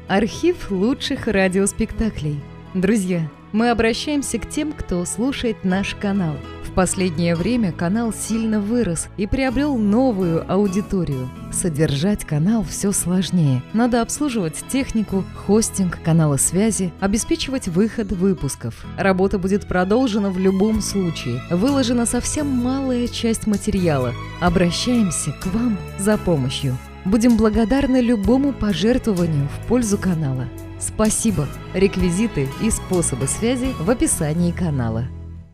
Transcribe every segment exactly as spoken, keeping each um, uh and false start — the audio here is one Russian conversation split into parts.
Архив лучших радиоспектаклей. Друзья, мы обращаемся к тем, кто слушает наш канал. В последнее время канал сильно вырос и приобрел новую аудиторию. Содержать канал все сложнее. Надо обслуживать технику, хостинг, каналы связи, обеспечивать выход выпусков. Работа будет продолжена в любом случае. Выложена совсем малая часть материала. Обращаемся к вам за помощью. Будем благодарны любому пожертвованию в пользу канала. Спасибо! Реквизиты и способы связи в описании канала.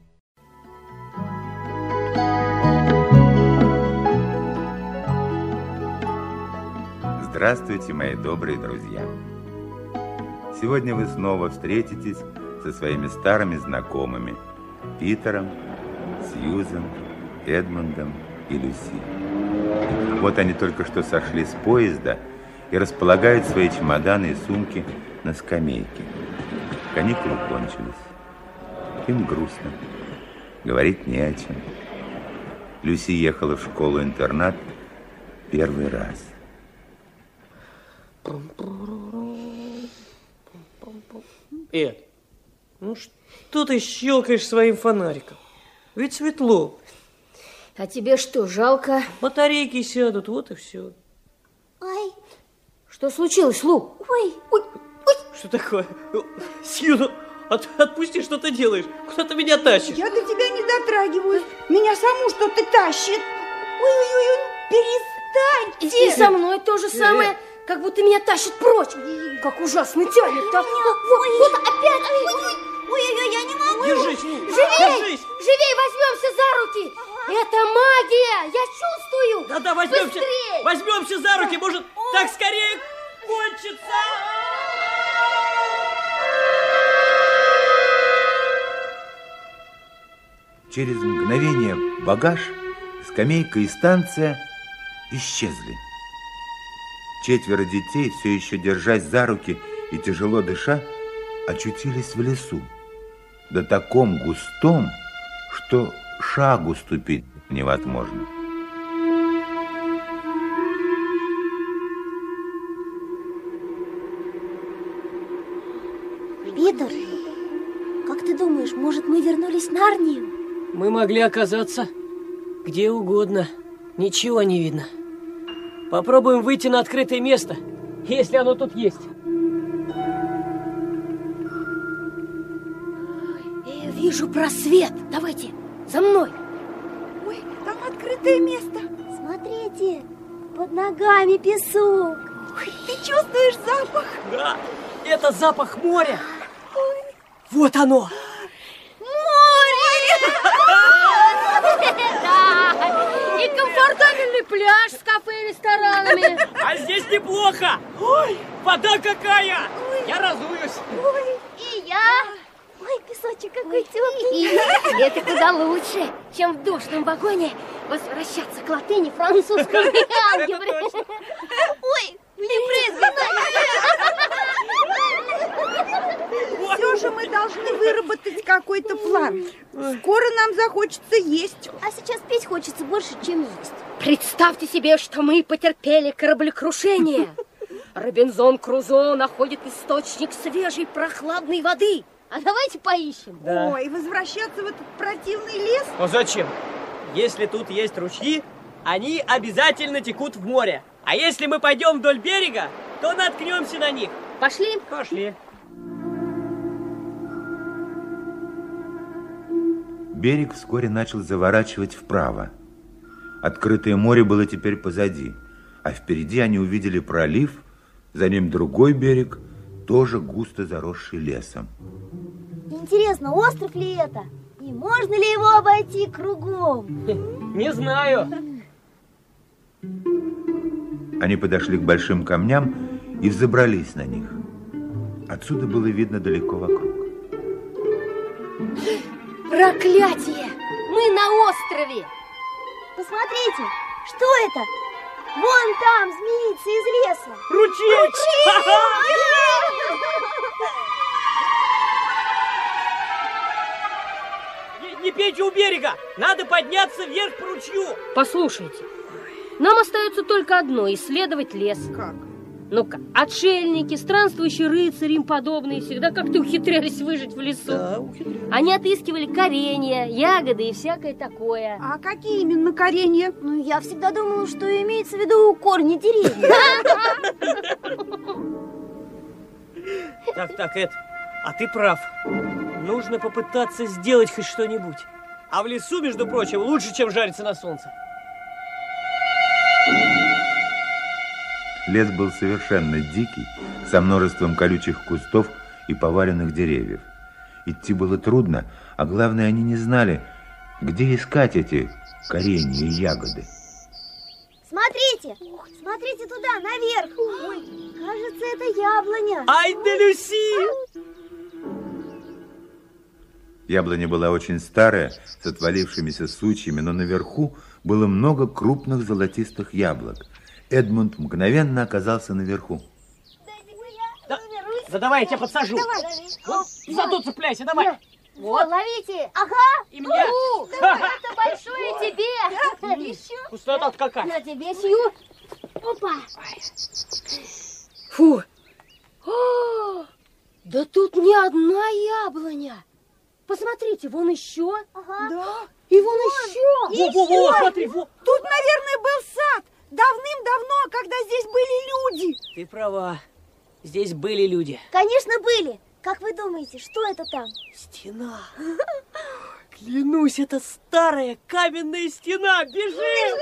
Здравствуйте, мои добрые друзья! Сегодня вы снова встретитесь со своими старыми знакомыми Питером, Сьюзен, Эдмундом и Люси. Вот они только что сошли с поезда и располагают свои чемоданы и сумки на скамейке. Каникулы кончились. Им грустно. Говорить не о чем. Люси ехала в школу-интернат первый раз. Эд, ну что ты щелкаешь своим фонариком? Ведь светло. А тебе что, жалко? Батарейки сядут, вот и все. Ай. Что случилось, Лу? Ой, ой, ой. Что такое? Сью, от, отпусти, что ты делаешь? Куда ты меня тащишь? Я до тебя не дотрагиваюсь. Меня саму что-то тащит. Ой-ой-ой, перестаньте. И со мной то же самое, как будто меня тащит прочь. Как ужасно тянет. Так, вот, вот опять. Ой-ой-ой, я не могу. Держись, Живей, держись. живей, возьмемся за руки. Это магия, я чувствую. Да-да, возьмемся, Быстрей. возьмемся за руки, может, так скорее кончится. Через мгновение багаж, скамейка и станция исчезли. Четверо детей, все еще держась за руки и тяжело дыша, очутились в лесу, да таком густом, что шагу ступить невозможно. Питер, как ты думаешь, может, мы вернулись в Нарнию? Мы могли оказаться где угодно. Ничего не видно. Попробуем выйти на открытое место, если оно тут есть. Я вижу просвет. Давайте, за мной. Ой, там открытое место. Смотрите, под ногами песок. Ой, ты чувствуешь запах? Да, это запах моря. Ой. Вот оно. Море! Да, и комфортабельный пляж с кафе и ресторанами. А здесь неплохо. Ой, вода какая. Ой. Я разуюсь. Ой, И я. ой, песочек какой теплый. И это куда лучше, чем в душном вагоне возвращаться к латыни, французскому и алгебре. Ой, не брызгай. Все же мы должны выработать какой-то план. Скоро нам захочется есть. А сейчас пить хочется больше, чем есть. Представьте себе, что мы потерпели кораблекрушение. Робинзон Крузо находит источник свежей прохладной воды. А давайте поищем. Да. Ой, возвращаться в этот противный лес? А зачем? Если тут есть ручьи, они обязательно текут в море. А если мы пойдем вдоль берега, то наткнемся на них. Пошли? Пошли. Берег вскоре начал заворачивать вправо. Открытое море было теперь позади, а впереди они увидели пролив, за ним другой берег, тоже густо заросший лесом. Интересно, остров ли это? И можно ли его обойти кругом? Не знаю. Они подошли к большим камням и взобрались на них. Отсюда было видно далеко вокруг. Проклятие! Мы на острове! Посмотрите, что это? Вон там змеится из леса. Ручей! Ручей! Не, не пейте у берега! Надо подняться вверх по ручью! Послушайте, нам остается только одно – исследовать лес. Как? Ну-ка, отшельники, странствующие рыцари им подобные всегда как-то ухитрялись выжить в лесу. Да, ухитрялись. Они отыскивали коренья, ягоды и всякое такое. А какие именно коренья? Ну, я всегда думала, что имеется в виду корни деревьев. Так, так, Эд, а ты прав. Нужно попытаться сделать хоть что-нибудь. А в лесу, между прочим, лучше, чем жариться на солнце. Лес был совершенно дикий, со множеством колючих кустов и поваленных деревьев. Идти было трудно, а главное, они не знали, где искать эти коренья и ягоды. Смотрите, смотрите туда, наверх. Ой, кажется, это яблоня. Ай да Люси! Яблоня была очень старая, с отвалившимися сучьями, но наверху было много крупных золотистых яблок. Эдмунд мгновенно оказался наверху. Да, да давай, я тебя подсажу. Давай. Вот, за тут цепляйся, давай. Вот, ловите. Ага. И меня. Ну, это большое тебе. Еще. Пустота какая. На тебе, Сью. Опа. Фу! О, да тут не одна яблоня. Посмотрите, вон еще. Ага. Да. И вон еще. Во-во-во, смотри, во. Тут, наверное, был сад. Давным-давно, когда здесь были люди. Ты права. Здесь были люди. Конечно, были. Как вы думаете, что это там? Стена. Клянусь, это старая каменная стена. Бежим!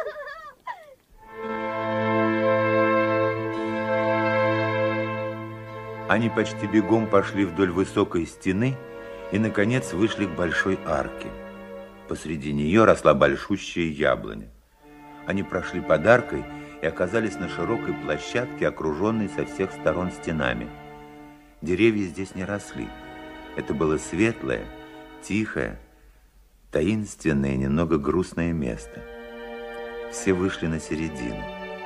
Они почти бегом пошли вдоль высокой стены и, наконец, вышли к большой арке. Посреди нее росла большущая яблоня. Они прошли под аркой и оказались на широкой площадке, окруженной со всех сторон стенами. Деревья здесь не росли. Это было светлое, тихое, таинственное и немного грустное место. Все вышли на середину.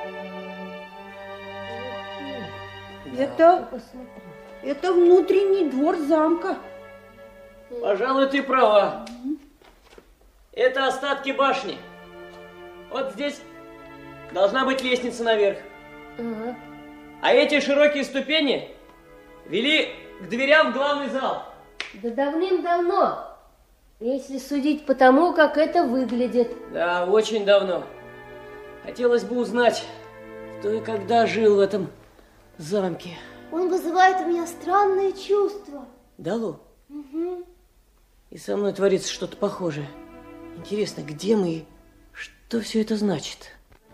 Это, это внутренний двор замка. Пожалуй, ты права. Это остатки башни. Вот здесь должна быть лестница наверх. Ага. А эти широкие ступени вели к дверям в главный зал. Да давным-давно, если судить по тому, как это выглядит. Да, очень давно. Хотелось бы узнать, кто и когда жил в этом замке. Он вызывает у меня странное чувство. Дало? Угу. И со мной творится что-то похожее. Интересно, где мы и что все это значит?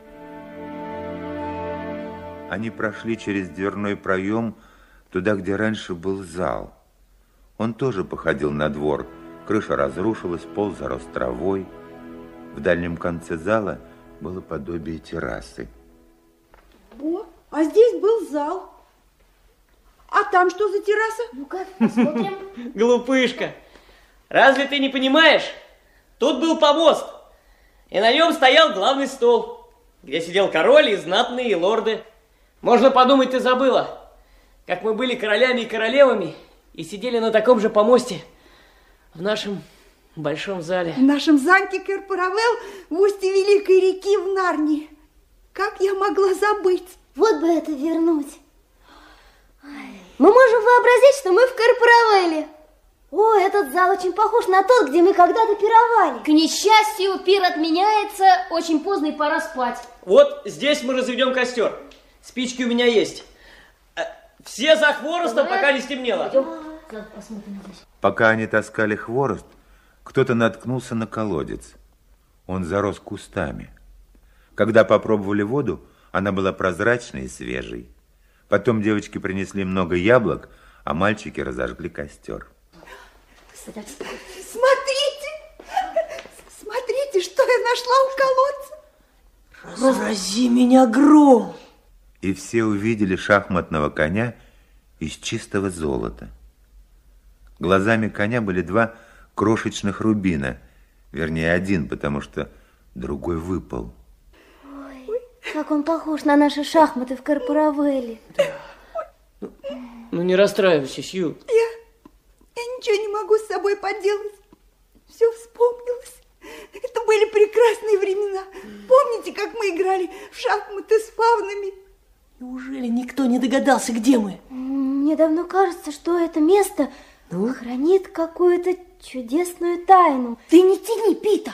Они прошли через дверной проем туда, где раньше был зал. Он тоже походил на двор. Крыша разрушилась, пол зарос травой. В дальнем конце зала было подобие террасы. О, а здесь был зал. А там что за терраса? Ну-ка, посмотрим. Глупышка, разве ты не понимаешь? Тут был помост, и на нем стоял главный стол, где сидел король и знатные лорды. Можно подумать, ты забыла, как мы были королями и королевами и сидели на таком же помосте в нашем большом зале. В нашем замке Кэр-Паравелл в устье Великой реки в Нарнии. Как я могла забыть? Вот бы это вернуть. Мы можем вообразить, что мы в Кэр-Паравелле. О, этот зал очень похож на тот, где мы когда-то пировали. К несчастью, пир отменяется, очень поздно и пора спать. Вот здесь мы разведем костер. Спички у меня есть. Все за хворостом, пока не стемнело. Посмотрим здесь. Пока они таскали хворост, кто-то наткнулся на колодец. Он зарос кустами. Когда попробовали воду, она была прозрачной и свежей. Потом девочки принесли много яблок, а мальчики разожгли костер. Смотрите! Смотрите, что я нашла у колодца. Разрази меня гром! И все увидели шахматного коня из чистого золота. Глазами коня были два крошечных рубина. Вернее, один, потому что другой выпал. Ой, как он похож на наши шахматы в Кэр-Паравелле. Ну, ну не расстраивайся, Сью. Я, я ничего не могу с собой поделать. Все вспомнилось. Это были прекрасные времена. Помните, как мы играли в шахматы с фавнами? Неужели никто не догадался, где мы? Мне давно кажется, что это место ну? хранит какую-то чудесную тайну. Ты не тяни, Питер.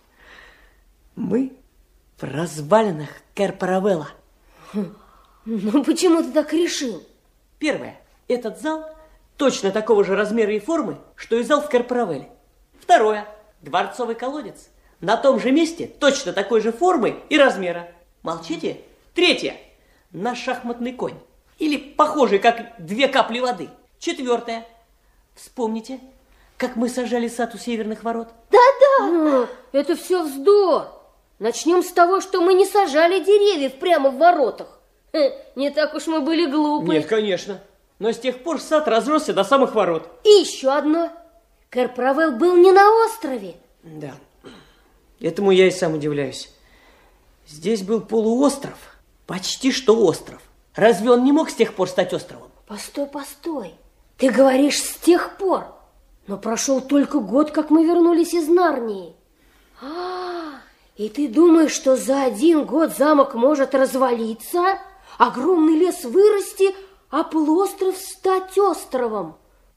Мы в развалинах Кэр-Паравелла. Хм. Ну, почему ты так решил? Первое. Этот зал точно такого же размера и формы, что и зал в Кэр-Паравелле. Второе. Дворцовый колодец. На том же месте точно такой же формы и размера. Молчите? Третье. Наш шахматный конь. Или похожий, как две капли воды. Четвертое. Вспомните, как мы сажали сад у северных ворот? Да-да. Это все вздор. Начнем с того, что мы не сажали деревьев прямо в воротах. Не так уж мы были глупы. Нет, конечно. Но с тех пор сад разросся до самых ворот. И еще одно. Кэр-Паравелл был не на острове. Да. Этому я и сам удивляюсь. Здесь был полуостров. Почти что остров. Разве он не мог с тех пор стать островом? Постой, постой. Ты говоришь «с тех пор». Но прошел только год, как мы вернулись из Нарнии. А, и ты думаешь, что за один год замок может развалиться, огромный лес вырасти, а полуостров стать островом?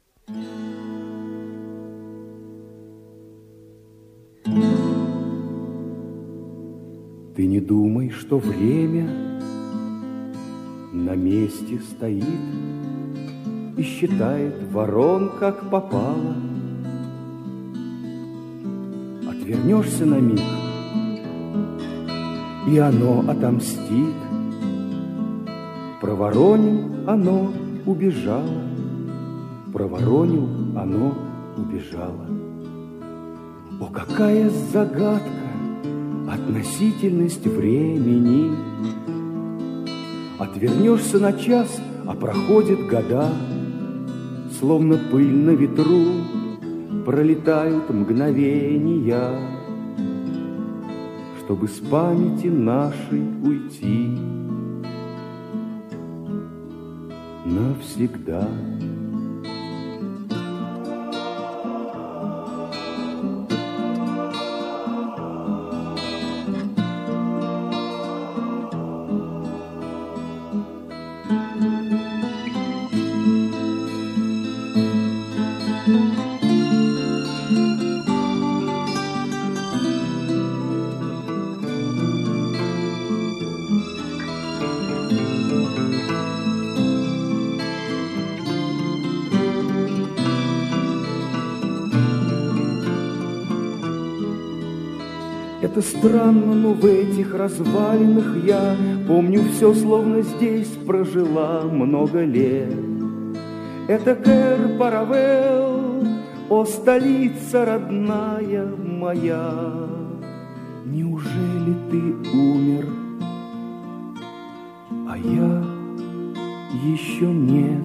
Ты не думай, что время на месте стоит и считает ворон, как попало. Отвернешься на миг, и оно отомстит. Проворонил оно, убежало. Проворонил оно, убежало. О, какая загадка! Относительность времени. Отвернешься на час, а проходят года, словно пыль на ветру пролетают мгновения, чтобы с памяти нашей уйти навсегда. Это странно, но в этих развалинах я помню все, словно здесь прожила много лет. Это Кэр-Паравелл, о, столица родная моя. Неужели ты умер, а я еще нет?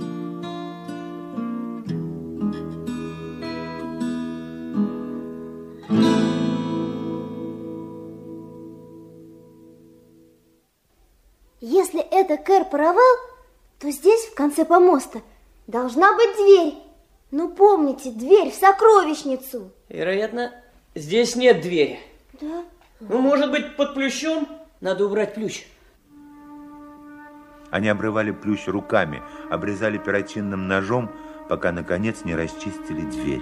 Если это Кэр-Паравелл, то здесь, в конце помоста, должна быть дверь. Ну, помните, дверь в сокровищницу. Вероятно, здесь нет двери. Да? Ну, может быть, под плющом? Надо убрать плющ. Они обрывали плющ руками, обрезали перочинным ножом, пока, наконец, не расчистили дверь.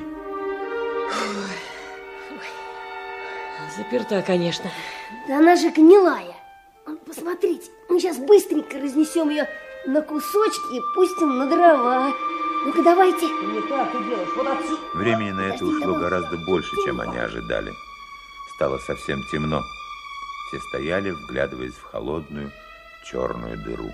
Заперта, конечно. Да она же гнилая. Посмотрите, мы сейчас быстренько разнесем ее на кусочки и пустим на дрова. Ну-ка, давайте. Не так ты делаешь, вот отсюда. Времени на это ушло гораздо больше, чем они ожидали. Стало совсем темно. Все стояли, вглядываясь в холодную черную дыру.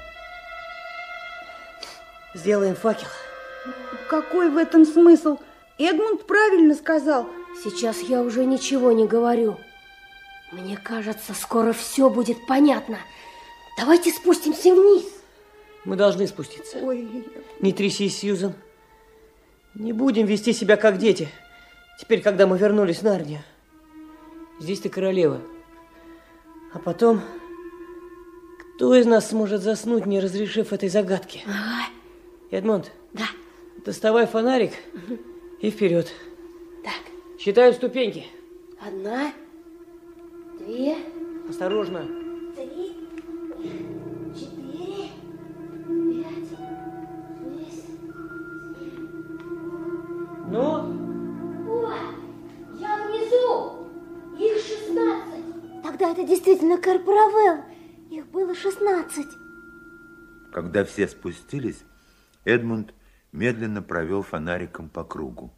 Сделаем факел. Какой в этом смысл? Эдмунд правильно сказал. Сейчас я уже ничего не говорю. Мне кажется, скоро все будет понятно. Давайте спустимся вниз. Мы должны спуститься. Ой. Не трясись, Сьюзен. Не будем вести себя как дети. Теперь, когда мы вернулись в Нарнию. Здесь ты королева. А потом, кто из нас сможет заснуть, не разрешив этой загадки? Ага. Эдмунд, да. Доставай фонарик угу. и вперед. Так. Считаю ступеньки. Одна. Две. Осторожно. Три. Четыре. действительно Карпаравелла. Их было шестнадцать. Когда все спустились, Эдмунд медленно провел фонариком по кругу.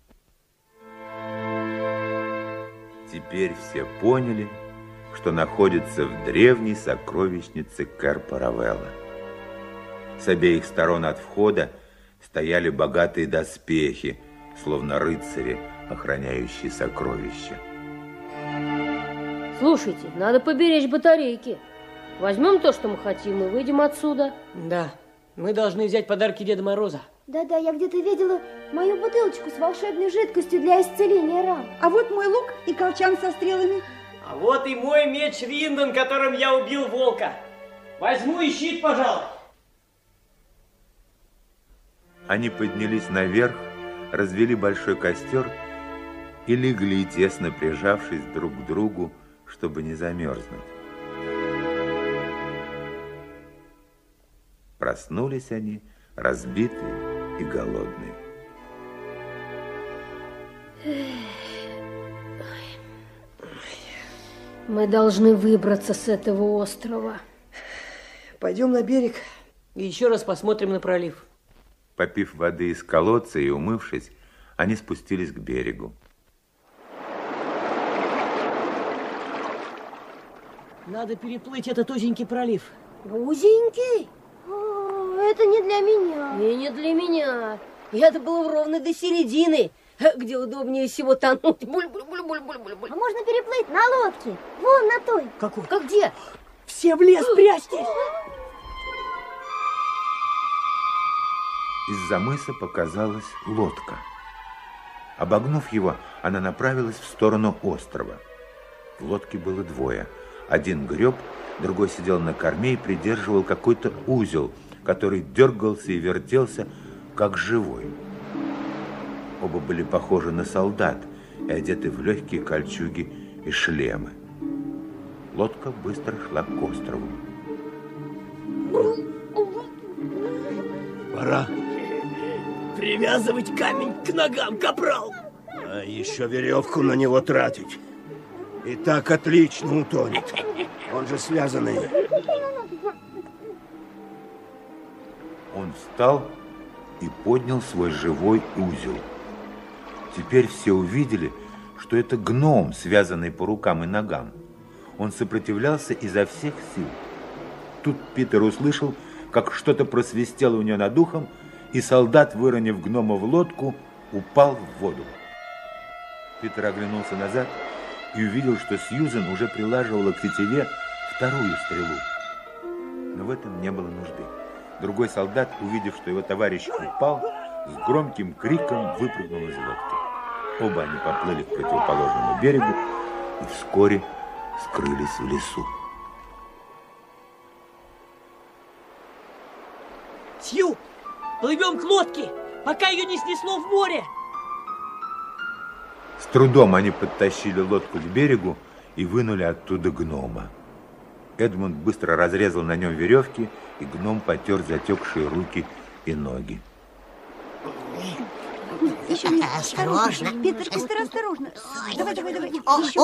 Теперь все поняли, что находится в древней сокровищнице Карпаравелла. С обеих сторон от входа стояли богатые доспехи, словно рыцари, охраняющие сокровища. Слушайте, надо поберечь батарейки. Возьмем то, что мы хотим, и выйдем отсюда. Да, мы должны взять подарки Деда Мороза. Да-да, я где-то видела мою бутылочку с волшебной жидкостью для исцеления ран. А вот мой лук и колчан со стрелами. А вот и мой меч Риндон, которым я убил волка. Возьму и щит, пожалуй. Они поднялись наверх, развели большой костер и легли, тесно прижавшись друг к другу, чтобы не замерзнуть. Проснулись они, разбитые и голодные. Мы должны выбраться с этого острова. Пойдем на берег и еще раз посмотрим на пролив. Попив воды из колодца и умывшись, они спустились к берегу. Надо переплыть этот узенький пролив. Узенький? О, это не для меня. И не для меня. Я-то был ровно до середины, где удобнее всего тонуть. Буль-буль-буль-буль-буль-буль. А можно переплыть на лодке. Вон на той. Какой? Как где? Все в лес прячьтесь! Из-за мыса показалась лодка. Обогнув его, она направилась в сторону острова. В лодке было двое. Один греб, другой сидел на корме и придерживал какой-то узел, который дергался и вертелся, как живой. Оба были похожи на солдат и одеты в легкие кольчуги и шлемы. Лодка быстро шла к острову. Пора. Привязывать камень к ногам, капрал! А еще веревку на него тратить. И так отлично утонет. Он же связанный. Он встал и поднял свой живой узел. Теперь все увидели, что это гном, связанный по рукам и ногам. Он сопротивлялся изо всех сил. Тут Питер услышал, как что-то просвистело у него над ухом, и солдат, выронив гнома в лодку, упал в воду. Питер оглянулся назад и увидел, что Сьюзен уже прилаживала к тетиве вторую стрелу. Но в этом не было нужды. Другой солдат, увидев, что его товарищ упал, с громким криком выпрыгнул из лодки. Оба они поплыли к противоположному берегу и вскоре скрылись в лесу. Сью, плывем к лодке, пока ее не снесло в море. С трудом они подтащили лодку к берегу и вынули оттуда гнома. Эдмунд быстро разрезал на нем веревки, и гном потер затекшие руки и ноги. Осторожно. Питер, Питер, осторожно. Давай, давай, давай.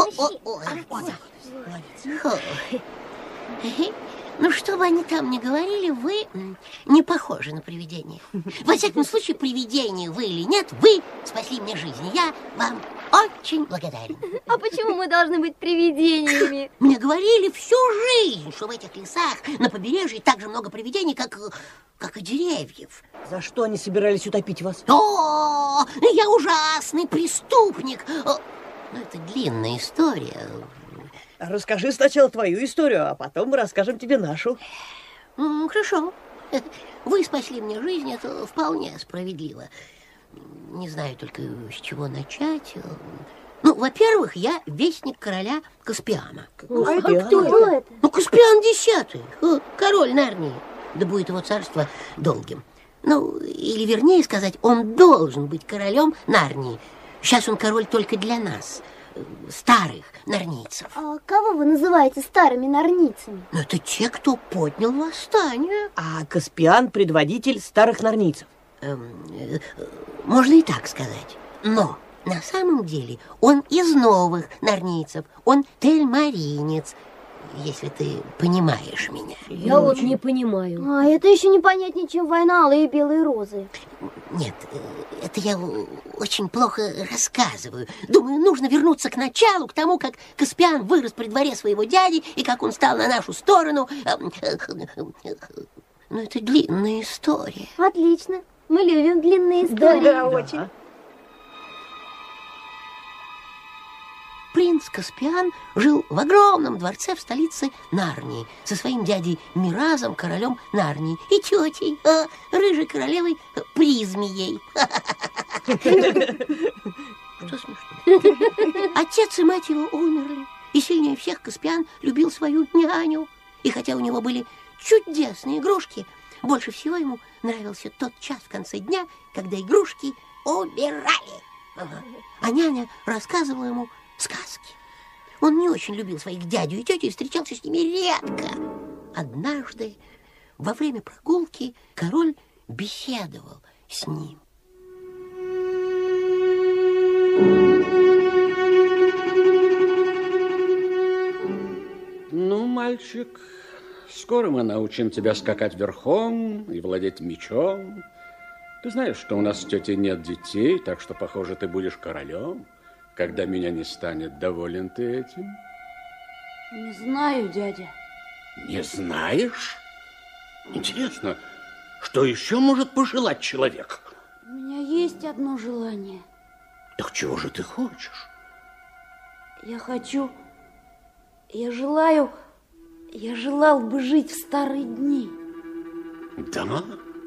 Ну, что бы они там ни говорили, вы не похожи на привидение. Во всяком случае, привидение вы или нет, вы спасли мне жизнь. Я вам очень благодарен. А почему мы должны быть привидениями? Мне говорили всю жизнь, что в этих лесах на побережье так же много привидений, как, как и деревьев. За что они собирались утопить вас? О, я ужасный преступник. Ну, это длинная история. Расскажи сначала твою историю, а потом мы расскажем тебе нашу. Хорошо. Вы спасли мне жизнь, это вполне справедливо. Не знаю только, с чего начать. Ну, во-первых, я вестник короля Каспиана. А это кто это? Ну, Каспиан Десятый, король Нарнии. Да будет его царство долгим. Ну, или вернее сказать, он должен быть королем Нарнии. Сейчас он король только для нас, старых нарнийцев. А кого вы называете старыми нарнийцами? Ну, это те, кто поднял восстание. А Каспиан – предводитель старых нарнийцев. Эм, э, можно и так сказать. Но на самом деле он из новых нарнийцев. Он тельмаринец. если ты понимаешь меня. Я вот не понимаю. А это еще не понятнее, чем война алые и белые розы. Нет, это я очень плохо рассказываю. Думаю, нужно вернуться к началу, к тому, как Каспиан вырос при дворе своего дяди и как он стал на нашу сторону. Но это длинная история. Отлично. Мы любим длинные истории. Да, да, очень. Принц Каспиан жил в огромном дворце в столице Нарнии со своим дядей Миразом, королем Нарнии, и тетей, а, рыжей королевой Призмией. Что смешно? Отец и мать его умерли, и сильнее всех Каспиан любил свою няню. И хотя у него были чудесные игрушки, больше всего ему нравился тот час в конце дня, когда игрушки убирали. Ага. А няня рассказывала ему сказки. Он не очень любил своих дядю и тетю и встречался с ними редко. Однажды во время прогулки король беседовал с ним. Ну, мальчик, скоро мы научим тебя скакать верхом и владеть мечом. Ты знаешь, что у нас с тетей нет детей, так что, похоже, ты будешь королем. Когда меня не станет, доволен ты этим? Не знаю, дядя. Не знаешь? Интересно, что еще может пожелать человек? У меня есть одно желание. Так чего же ты хочешь? Я хочу... Я желаю... Я желал бы жить в старые дни. Да?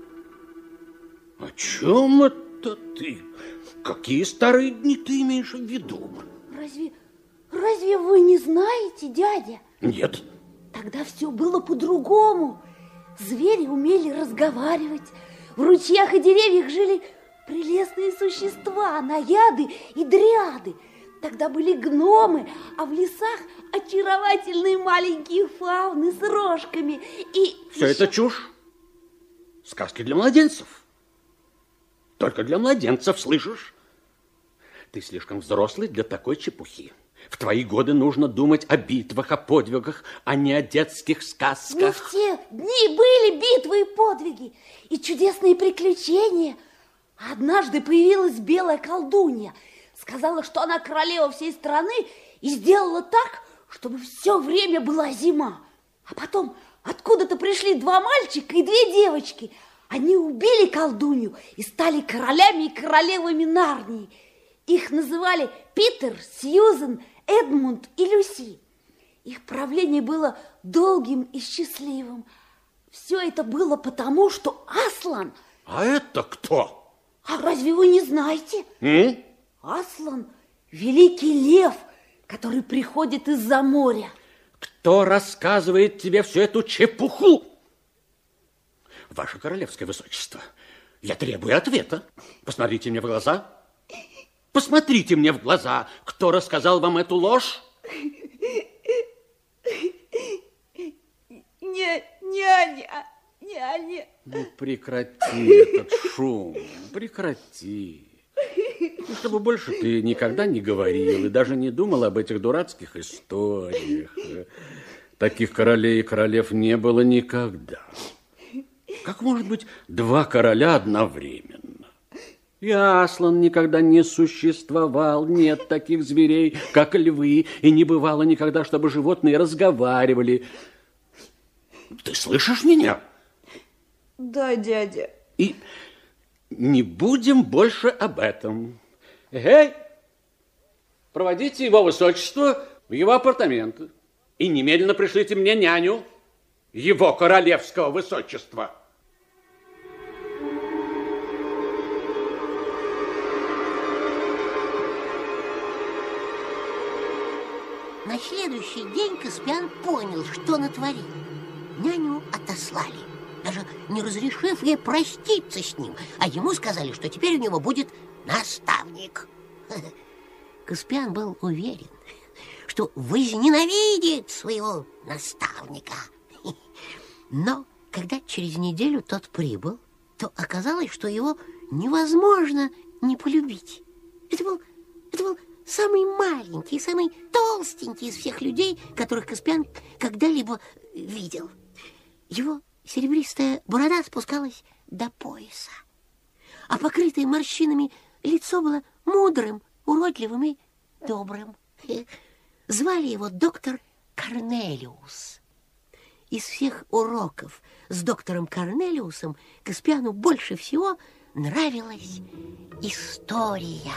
О чем это ты? Какие старые дни ты имеешь в виду? Разве, разве вы не знаете, дядя? Нет. Тогда все было по-другому. Звери умели разговаривать. В ручьях и деревьях жили прелестные существа, наяды и дриады. Тогда были гномы, а в лесах очаровательные маленькие фауны с рожками. И все еще... это чушь. Сказки для младенцев. Только для младенцев, слышишь? Ты слишком взрослый для такой чепухи. В твои годы нужно думать о битвах, о подвигах, а не о детских сказках. Но в те дни были битвы и подвиги, и чудесные приключения. Однажды появилась белая колдунья. Сказала, что она королева всей страны, и сделала так, чтобы все время была зима. А потом откуда-то пришли два мальчика и две девочки. Они убили колдунью и стали королями и королевами Нарнии. Их называли Питер, Сьюзен, Эдмунд и Люси. Их правление было долгим и счастливым. Все это было потому, что Аслан... А это кто? А разве вы не знаете? М? Аслан – великий лев, который приходит из-за моря. Кто рассказывает тебе всю эту чепуху? Ваше королевское высочество, я требую ответа. Посмотрите мне в глаза. Посмотрите мне в глаза. Кто рассказал вам эту ложь? Не, няня, няня. Ну, прекрати этот шум, прекрати. Ну, чтобы больше ты никогда не говорил и даже не думал об этих дурацких историях. Таких королей и королев не было никогда. Как может быть два короля одновременно? И Аслан никогда не существовал, нет таких зверей, как львы, и не бывало никогда, чтобы животные разговаривали. Ты слышишь меня? Да, дядя. И не будем больше об этом. Эй, проводите его высочество в его апартаменты и немедленно пришлите мне няню его королевского высочества. На следующий день Каспиан понял, что натворил. Няню отослали, даже не разрешив ей проститься с ним, а ему сказали, что теперь у него будет наставник. Каспиан был уверен, что возненавидит своего наставника. Но когда через неделю тот прибыл, то оказалось, что его невозможно не полюбить. Это был, это был самый маленький, самый толстенький из всех людей, которых Каспиан когда-либо видел. Его серебристая борода спускалась до пояса, а покрытое морщинами лицо было мудрым, уродливым и добрым. Звали его доктор Корнелиус. Из всех уроков с доктором Корнелиусом Каспиану больше всего нравилась история.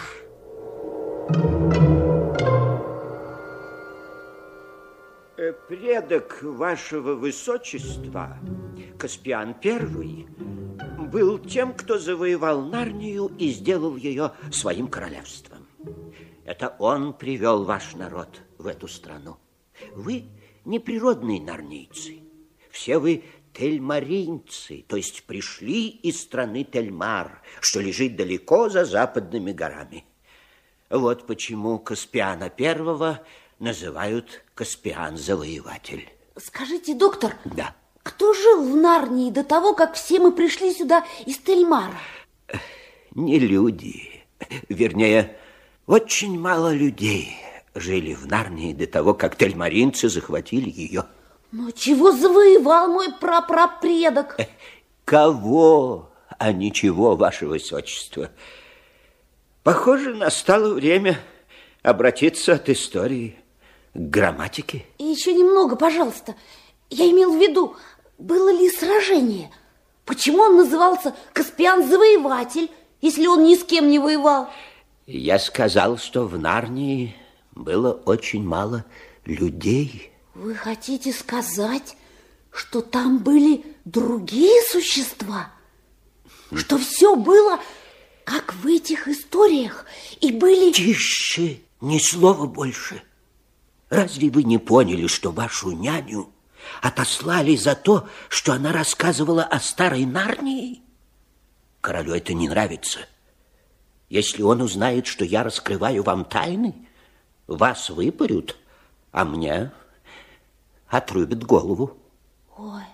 Предок вашего высочества, Каспиан Первый, был тем, кто завоевал Нарнию и сделал ее своим королевством. Это он привел ваш народ в эту страну. Вы не природные нарнийцы. Все вы тельмаринцы, то есть пришли из страны Тельмар, что лежит далеко за западными горами. Вот почему Каспиана Первого называют Каспиан-завоеватель. Скажите, доктор, да. Кто жил в Нарнии до того, как все мы пришли сюда из Тельмара? Не люди. Вернее, очень мало людей жили в Нарнии до того, как тельмаринцы захватили ее. Но чего завоевал мой прапрапредок? Кого, а ничего, ваше высочество. Похоже, настало время обратиться от истории к грамматике. И еще немного, пожалуйста. Я имел в виду, было ли сражение? Почему он назывался Каспиан-завоеватель, если он ни с кем не воевал? Я сказал, что в Нарнии было очень мало людей. Вы хотите сказать, что там были другие существа? Что все было, как в этих историях, и были... Тише, ни слова больше. Разве вы не поняли, что вашу няню отослали за то, что она рассказывала о старой Нарнии? Королю это не нравится. Если он узнает, что я раскрываю вам тайны, вас выпарют, а мне отрубят голову. Ой.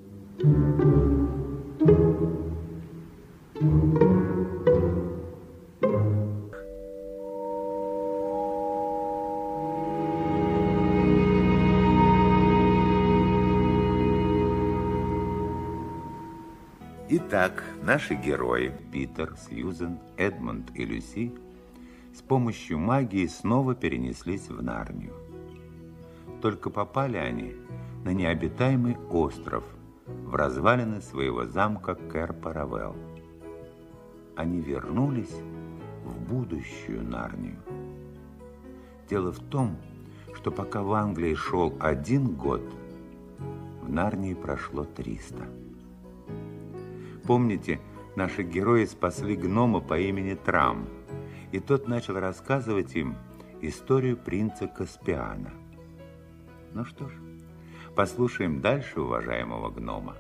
Итак, наши герои Питер, Сьюзен, Эдмунд и Люси с помощью магии снова перенеслись в Нарнию. Только попали они на необитаемый остров, в развалины своего замка Кэр-Паравелл. Они вернулись в будущую Нарнию. Дело в том, что пока в Англии шел один год, в Нарнии прошло триста. Помните, наши герои спасли гнома по имени Трам, и тот начал рассказывать им историю принца Каспиана. Ну что ж, послушаем дальше уважаемого гнома.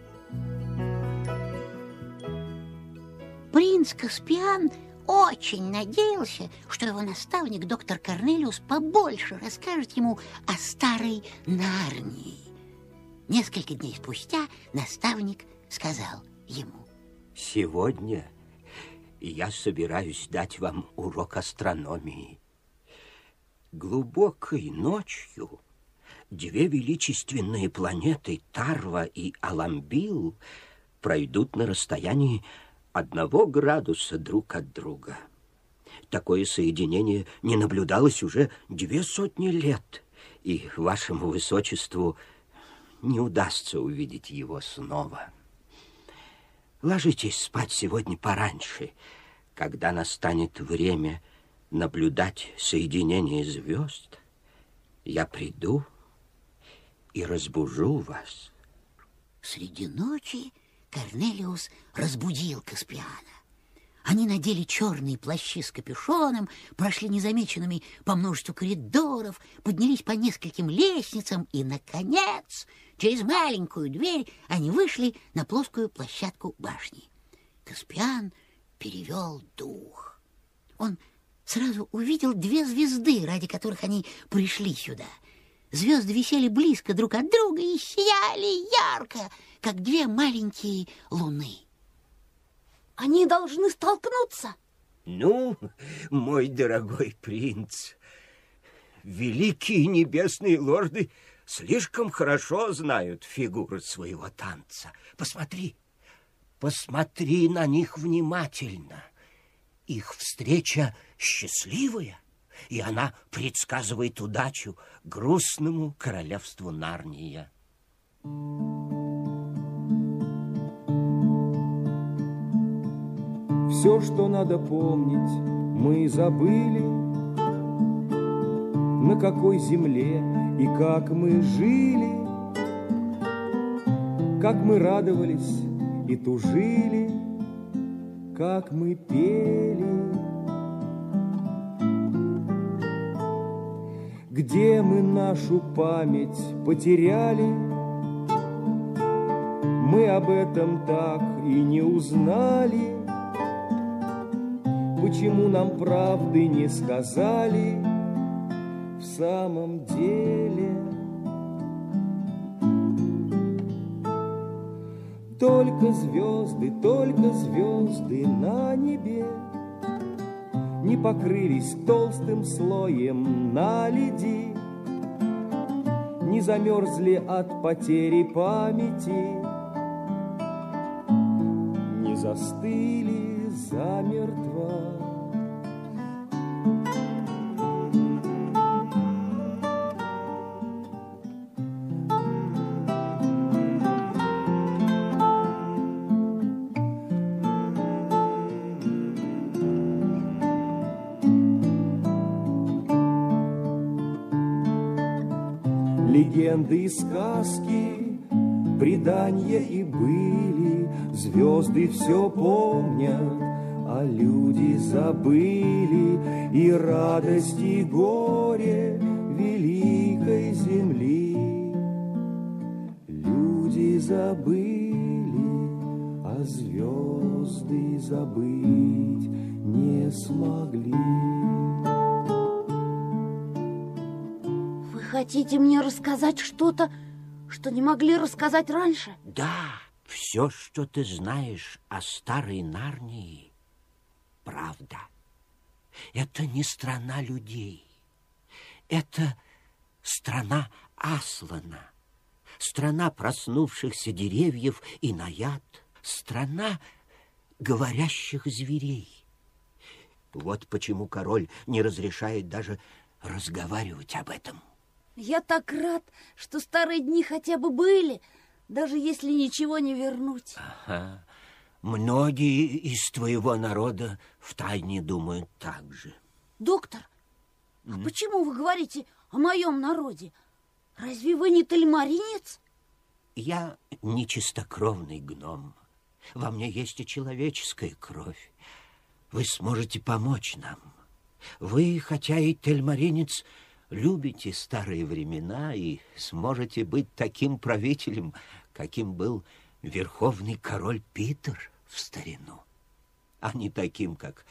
Принц Каспиан очень надеялся, что его наставник доктор Корнелиус побольше расскажет ему о старой Нарнии. Несколько дней спустя наставник сказал ему: сегодня я собираюсь дать вам урок астрономии. Глубокой ночью две величественные планеты Тарва и Аламбил пройдут на расстоянии одного градуса друг от друга. Такое соединение не наблюдалось уже две сотни лет, и вашему высочеству не удастся увидеть его снова. Ложитесь спать сегодня пораньше, когда настанет время наблюдать соединение звезд. Я приду и разбужу вас. Среди ночи Корнелиус разбудил Каспиана. Они надели черные плащи с капюшоном, прошли незамеченными по множеству коридоров, поднялись по нескольким лестницам и, наконец, через маленькую дверь они вышли на плоскую площадку башни. Каспиан перевел дух. Он сразу увидел две звезды, ради которых они пришли сюда. Звезды висели близко друг от друга и сияли ярко, как две маленькие луны. Они должны столкнуться. Ну, мой дорогой принц, великие небесные лорды слишком хорошо знают фигуры своего танца. Посмотри, посмотри на них внимательно. Их встреча счастливая, и она предсказывает удачу грустному королевству Нарния. Все, что надо помнить, мы забыли, на какой земле и как мы жили, как мы радовались и тужили, как мы пели. Где мы нашу память потеряли, мы об этом так и не узнали. Почему нам правды не сказали в самом деле? Только звезды, только звезды на небе не покрылись толстым слоем наледи, не замерзли от потери памяти, не застыли замертво. Легенды и сказки, предания и были, звезды все помнят, а люди забыли и радость, и горе великой земли. Люди забыли, а звезды забыть не смогли. Хотите мне рассказать что-то, что не могли рассказать раньше? Да, все, что ты знаешь о старой Нарнии, правда. Это не страна людей. Это страна Аслана, страна проснувшихся деревьев и наяд, страна говорящих зверей. Вот почему король не разрешает даже разговаривать об этом. Я так рад, что старые дни хотя бы были, даже если ничего не вернуть. Ага. Многие из твоего народа втайне думают так же. Доктор, mm? а почему вы говорите о моем народе? Разве вы не тельмаринец? Я не чистокровный гном. Во мне есть и человеческая кровь. Вы сможете помочь нам. Вы, хотя и тельмаринец, любите старые времена и сможете быть таким правителем, каким был верховный король Питер в старину, а не таким, как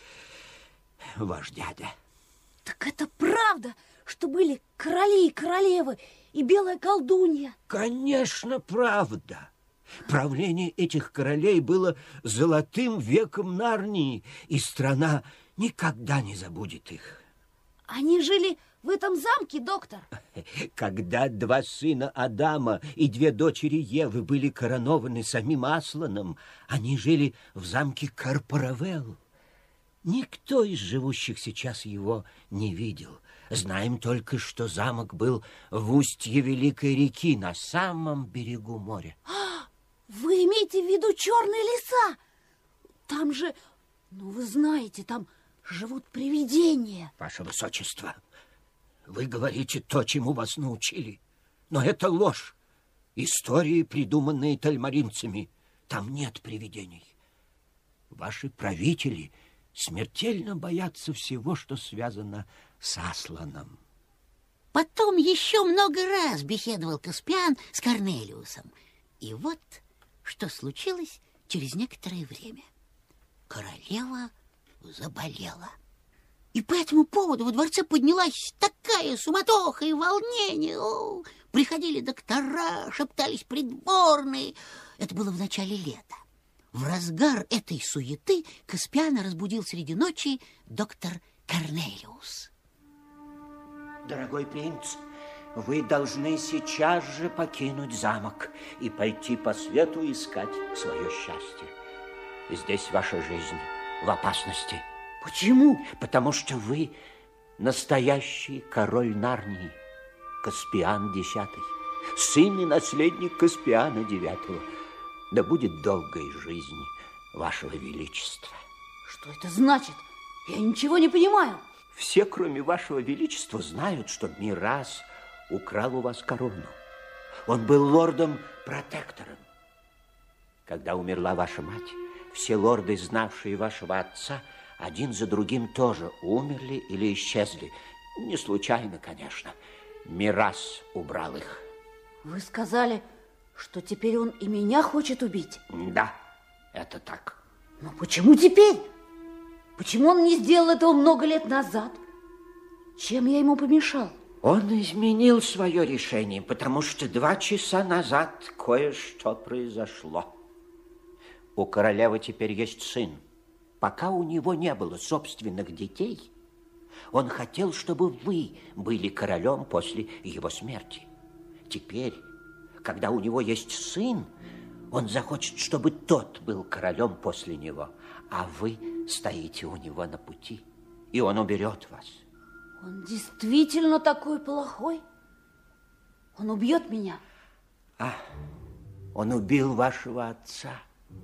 ваш дядя. Так это правда, что были короли и королевы и белая колдунья? Конечно, правда. Правление этих королей было золотым веком Нарнии, и страна никогда не забудет их. Они жили в этом замке, доктор? Когда два сына Адама и две дочери Евы были коронованы самим Асланом, они жили в замке Карпаравелл. Никто из живущих сейчас его не видел. Знаем только, что замок был в устье Великой реки, на самом берегу моря. А, вы имеете в виду черные леса? Там же, ну вы знаете, там живут привидения. Ваше Высочество, вы говорите то, чему вас научили. Но это ложь. Истории, придуманные тельмаринцами, там нет привидений. Ваши правители смертельно боятся всего, что связано с Асланом. Потом еще много раз беседовал Каспиан с Корнелиусом. И вот что случилось через некоторое время. Королева заболела. И по этому поводу во дворце поднялась такая суматоха и волнение. О, приходили доктора, шептались придворные. Это было в начале лета. В разгар этой суеты Каспиана разбудил среди ночи доктор Корнелиус. Дорогой принц, вы должны сейчас же покинуть замок и пойти по свету искать свое счастье. Здесь ваша жизнь в опасности. Почему? Потому что вы настоящий король Нарнии, Каспиан Десятый, сын и наследник Каспиана Девятого. Да будет долгой жизнь вашего величества. Что это значит? Я ничего не понимаю. Все, кроме вашего величества, знают, что Мирас украл у вас корону. Он был лордом-протектором. Когда умерла ваша мать, все лорды, знавшие вашего отца, один за другим тоже умерли или исчезли. Не случайно, конечно. Мирас убрал их. Вы сказали, что теперь он и меня хочет убить? Да, это так. Но почему теперь? Почему он не сделал этого много лет назад? Чем я ему помешал? Он изменил свое решение, потому что два часа назад кое-что произошло. У королевы теперь есть сын. Пока у него не было собственных детей, он хотел, чтобы вы были королем после его смерти. Теперь, когда у него есть сын, он захочет, чтобы тот был королем после него, а вы стоите у него на пути, и он уберет вас. Он действительно такой плохой? Он убьет меня? А, он убил вашего отца.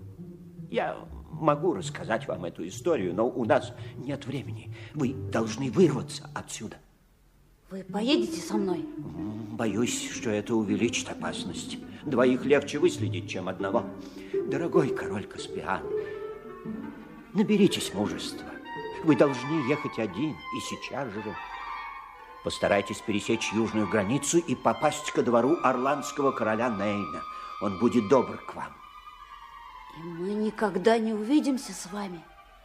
Я могу рассказать вам эту историю, но у нас нет времени. Вы должны вырваться отсюда. Вы поедете со мной? Боюсь, что это увеличит опасность. Двоих легче выследить, чем одного. Дорогой король Каспиан, наберитесь мужества. Вы должны ехать один и сейчас же. Постарайтесь пересечь южную границу и попасть ко двору орландского короля Нейна. Он будет добр к вам. И мы никогда не увидимся с вами.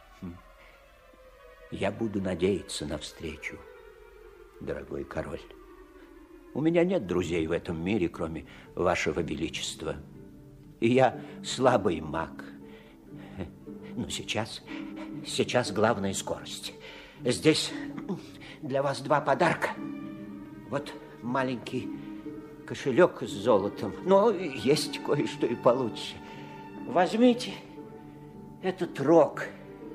Я буду надеяться на встречу, дорогой король. У меня нет друзей в этом мире, кроме вашего величества. И я слабый маг. Но сейчас, сейчас главная скорость. Здесь для вас два подарка. Вот маленький кошелек с золотом, но есть кое-что и получше. Возьмите этот рог.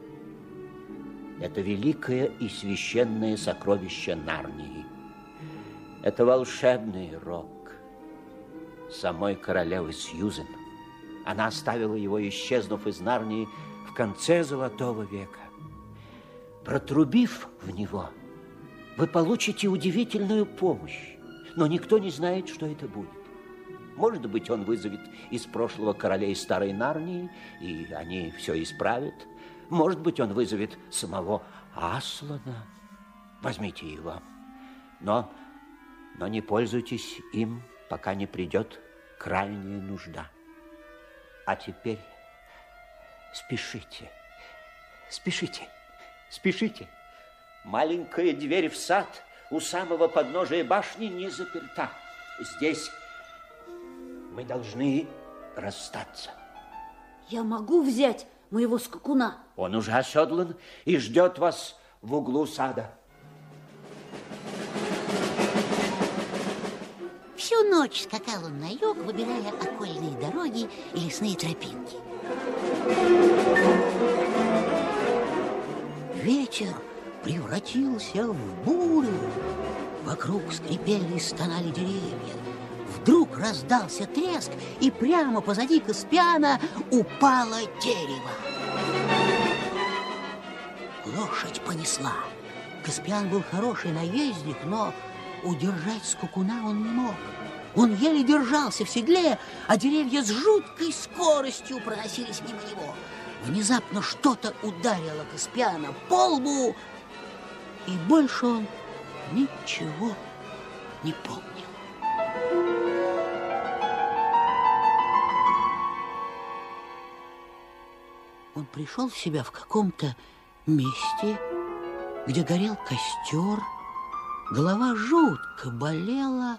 Это великое и священное сокровище Нарнии. Это волшебный рог самой королевы Сьюзен. Она оставила его, исчезнув из Нарнии в конце Золотого века. Протрубив в него, вы получите удивительную помощь, но никто не знает, что это будет. Может быть, он вызовет из прошлого королей Старой Нарнии, и они все исправят. Может быть, он вызовет самого Аслана. Возьмите его, но, но не пользуйтесь им, пока не придет крайняя нужда. А теперь спешите, спешите, спешите. Маленькая дверь в сад у самого подножия башни не заперта. Здесь мы должны расстаться. Я могу взять моего скакуна? Он уже оседлан и ждет вас в углу сада. Всю ночь скакал он на юг, выбирая окольные дороги и лесные тропинки. Ветер превратился в бурю. Вокруг скрипели и стонали деревья. Вдруг раздался треск, и прямо позади Каспиана упало дерево. Лошадь понесла. Каспиан был хороший наездник, но удержать скакуна он не мог. Он еле держался в седле, а деревья с жуткой скоростью проносились мимо него. Внезапно что-то ударило Каспиана по лбу, и больше он ничего не помнил. Он пришел в себя в каком-то месте, где горел костер, голова жутко болела,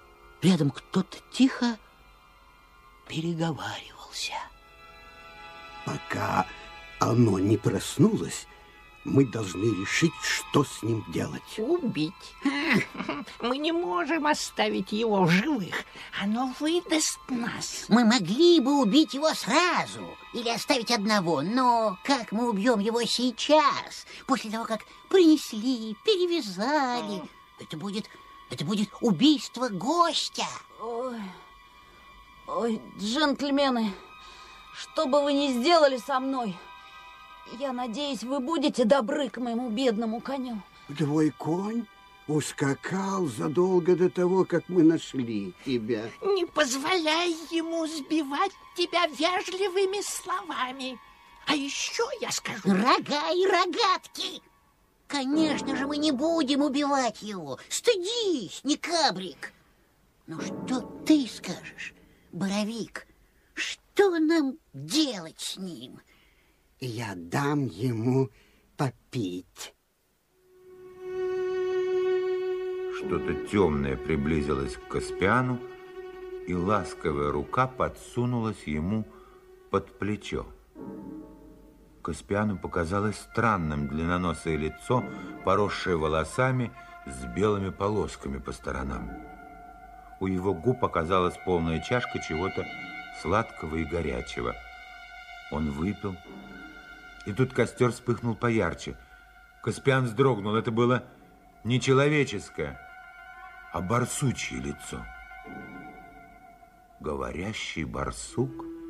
рядом кто-то тихо переговаривался. Пока оно не проснулось, мы должны решить, что с ним делать. Убить. Мы не можем оставить его в живых. Оно выдаст нас. Мы могли бы убить его сразу или оставить одного, но как мы убьем его сейчас, после того, как принесли, перевязали? Это будет, это будет убийство гостя. Ой, ой, джентльмены, что бы вы ни сделали со мной, я надеюсь, вы будете добры к моему бедному коню. Твой конь ускакал задолго до того, как мы нашли тебя. Не позволяй ему сбивать тебя вежливыми словами. А еще я скажу... Рога и рогатки! Конечно же, мы не будем убивать его. Стыдись, Никабрик. Ну, что ты скажешь, Боровик? Что нам делать с ним? Я дам ему попить. Что-то темное приблизилось к Каспиану, и ласковая рука подсунулась ему под плечо. Каспиану показалось странным длинноносое лицо, поросшее волосами с белыми полосками по сторонам. У его губ оказалась полная чашка чего-то сладкого и горячего. Он выпил, и тут костер вспыхнул поярче. Каспиан вздрогнул. Это было не человеческое, а барсучье лицо. Говорящий барсук?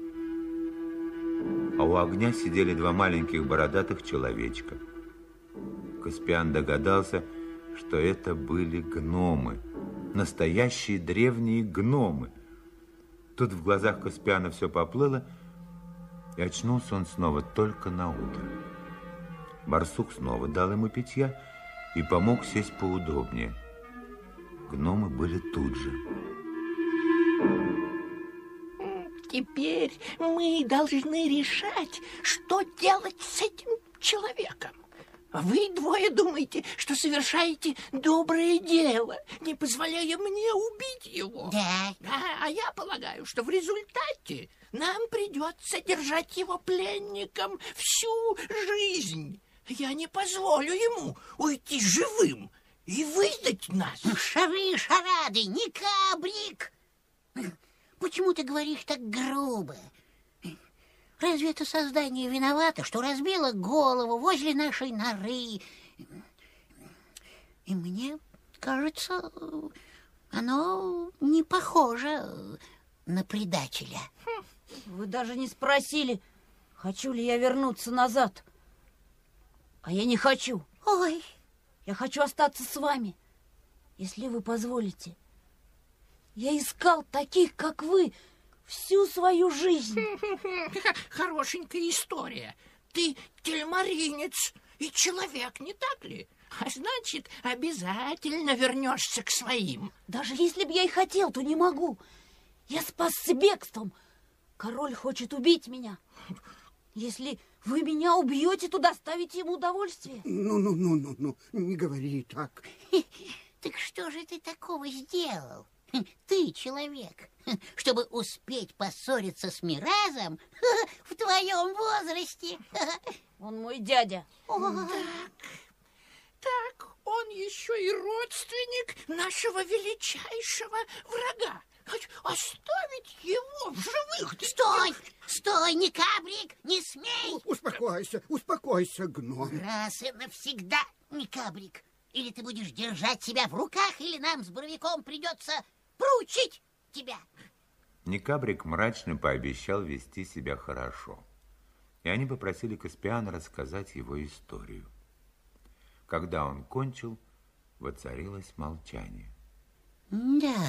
А у огня сидели два маленьких бородатых человечка. Каспиан догадался, что это были гномы. Настоящие древние гномы. Тут в глазах Каспиана все поплыло, и очнулся он снова только на утро. Барсук снова дал ему питья и помог сесть поудобнее. Гномы были тут же. Теперь мы должны решать, что делать с этим человеком. Вы двое думаете, что совершаете доброе дело, не позволяя мне убить его. Да. Да, а я полагаю, что в результате нам придется держать его пленником всю жизнь. Я не позволю ему уйти живым и выдать нас. Шары, шарады, Никабрик! Почему ты говоришь так грубо? Разве это создание виновато, что разбило голову возле нашей норы? И мне кажется, оно не похоже на предателя. Вы даже не спросили, хочу ли я вернуться назад. А я не хочу. Ой, я хочу остаться с вами, если вы позволите. Я искал таких, как вы, всю свою жизнь. Хорошенькая история. Ты тельмаринец и человек, не так ли? А значит, обязательно вернешься к своим. Даже если бы я и хотел, то не могу. Я спасся бегством. Король хочет убить меня. Если вы меня убьете, то доставите ему удовольствие. Ну, ну, ну, ну, ну, не говори так. Так что же ты такого сделал? Ты человек, чтобы успеть поссориться с Миразом в твоем возрасте. Он мой дядя. Так, так, он еще и родственник нашего величайшего врага. Оставить его в живых. Стой, стой, Никабрик, не смей. Успокойся, успокойся, гном. Раз и навсегда, Никабрик. Или ты будешь держать себя в руках, или нам с Боровиком придется проучить тебя. Никабрик мрачно пообещал вести себя хорошо. И они попросили Каспиана рассказать его историю. Когда он кончил, воцарилось молчание. Да,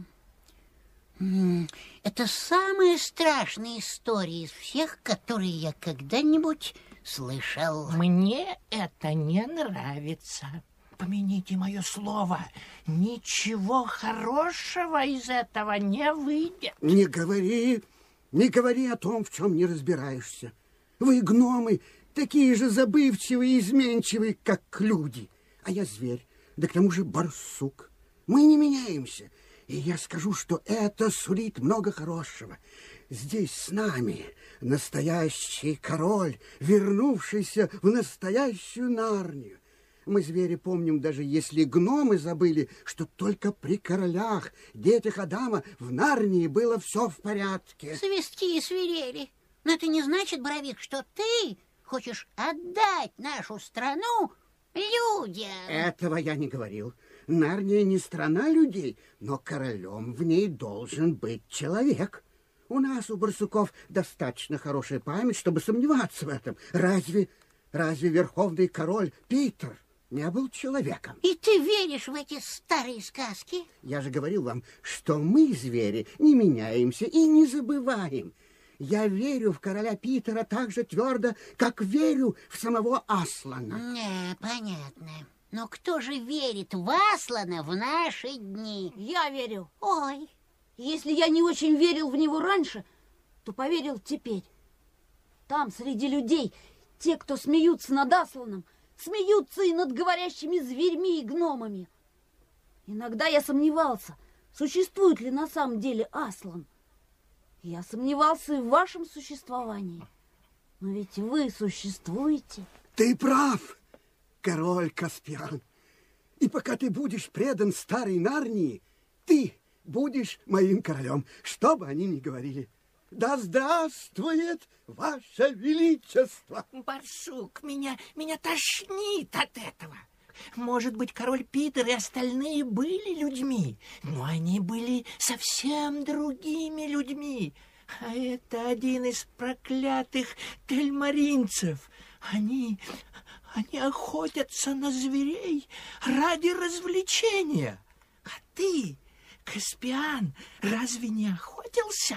это самая страшная история из всех, которые я когда-нибудь слышал. Мне это не нравится. Помяните мое слово, ничего хорошего из этого не выйдет. Не говори, не говори о том, в чем не разбираешься. Вы, гномы, такие же забывчивые и изменчивые, как люди. А я зверь, да к тому же барсук. Мы не меняемся. И я скажу, что это сулит много хорошего. здесь с нами настоящий король, вернувшийся в настоящую Нарнию. Мы, звери, помним, даже если гномы забыли, что только при королях, детях Адама, в Нарнии было все в порядке. Свистки и свирели. Но это не значит, Боровик, что ты хочешь отдать нашу страну людям. Этого я не говорил. Нарния не страна людей, но королем в ней должен быть человек. У нас, у барсуков, достаточно хорошая память, чтобы сомневаться в этом. Разве, разве верховный король Питер не был человеком? И ты веришь в эти старые сказки? Я же говорил вам, что мы, звери, не меняемся и не забываем. Я верю в короля Питера так же твердо, как верю в самого Аслана. Не, понятно. Но кто же верит в Аслана в наши дни? Я верю. Ой. Если я не очень верил в него раньше, то поверил теперь. Там, среди людей, те, кто смеются над Асланом, смеются и над говорящими зверьми и гномами. Иногда я сомневался, существует ли на самом деле Аслан. Я сомневался и в вашем существовании. Но ведь вы существуете. Ты прав, король Каспиан. И пока ты будешь предан старой Нарнии, ты будешь моим королем, что бы они ни говорили. Да здравствует ваше величество! Барсук, меня, меня тошнит от этого. Может быть, король Питер и остальные были людьми, но они были совсем другими людьми. А это один из проклятых тельмаринцев. Они, они охотятся на зверей ради развлечения. А ты, Каспиан, разве не охотился?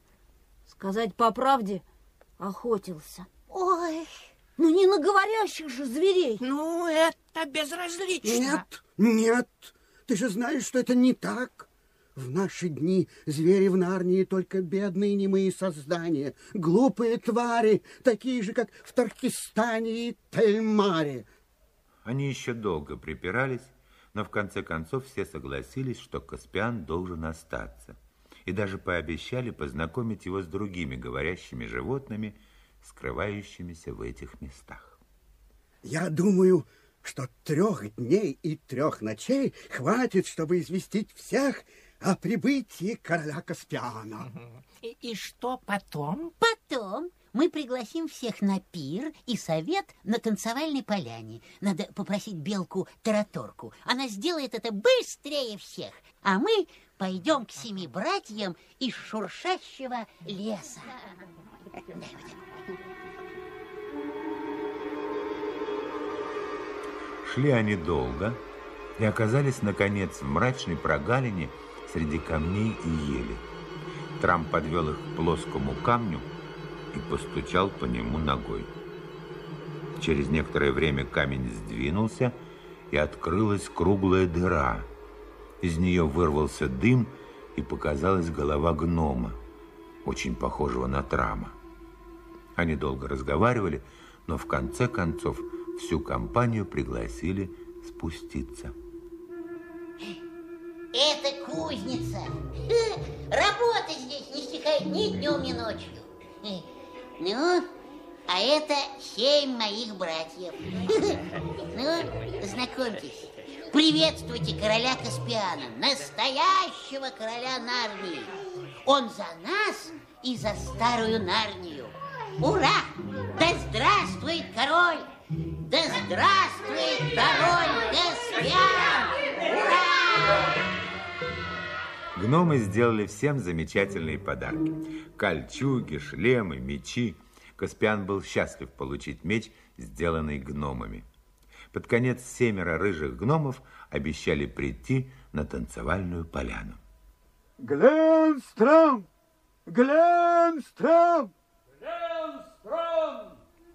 Сказать по правде, охотился. Ой, ну не на говорящих же зверей. Ну, это безразлично. Нет, нет, ты же знаешь, что это не так. В наши дни звери в Нарнии только бедные немые создания, глупые твари, такие же, как в Таркистане и Тельмаре. Они еще долго припирались, но в конце концов все согласились, что Каспиан должен остаться. И даже пообещали познакомить его с другими говорящими животными, скрывающимися в этих местах. Я думаю, что трех дней и трех ночей хватит, чтобы известить всех о прибытии короля Каспиана. И, и что потом? Потом мы пригласим всех на пир и совет на танцевальной поляне. Надо попросить белку Тараторку. Она сделает это быстрее всех. А мы пойдем к семи братьям из шуршащего леса. Шли они долго и оказались, наконец, в мрачной прогалине среди камней и ели. Трам подвел их к плоскому камню и постучал по нему ногой. Через некоторое время камень сдвинулся, и открылась круглая дыра. Из нее вырвался дым, и показалась голова гнома, очень похожего на Трама. Они долго разговаривали, но в конце концов всю компанию пригласили спуститься. Это кузница. Работа здесь не стихает ни днем, ни ночью. Ну, а это семь моих братьев. Ну, знакомьтесь. Приветствуйте короля Каспиана, настоящего короля Нарнии. Он за нас и за старую Нарнию. Ура! Да здравствует король! Да здравствует король Каспиан! Ура! Гномы сделали всем замечательные подарки. Кольчуги, шлемы, мечи. Каспиан был счастлив получить меч, сделанный гномами. Под конец семеро рыжих гномов обещали прийти на танцевальную поляну. Гленстром! Гленстром! Гленстром!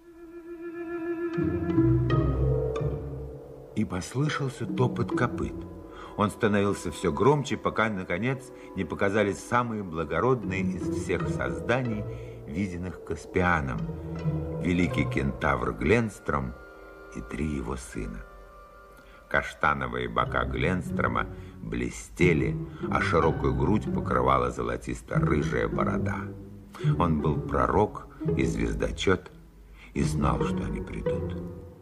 И послышался топот копыт. Он становился все громче, пока, наконец, не показались самые благородные из всех созданий, виденных Каспианом, великий кентавр Гленстром и три его сына. Каштановые бока Гленстрома блестели, а широкую грудь покрывала золотисто-рыжая борода. Он был пророк и звездочет, и знал, что они придут.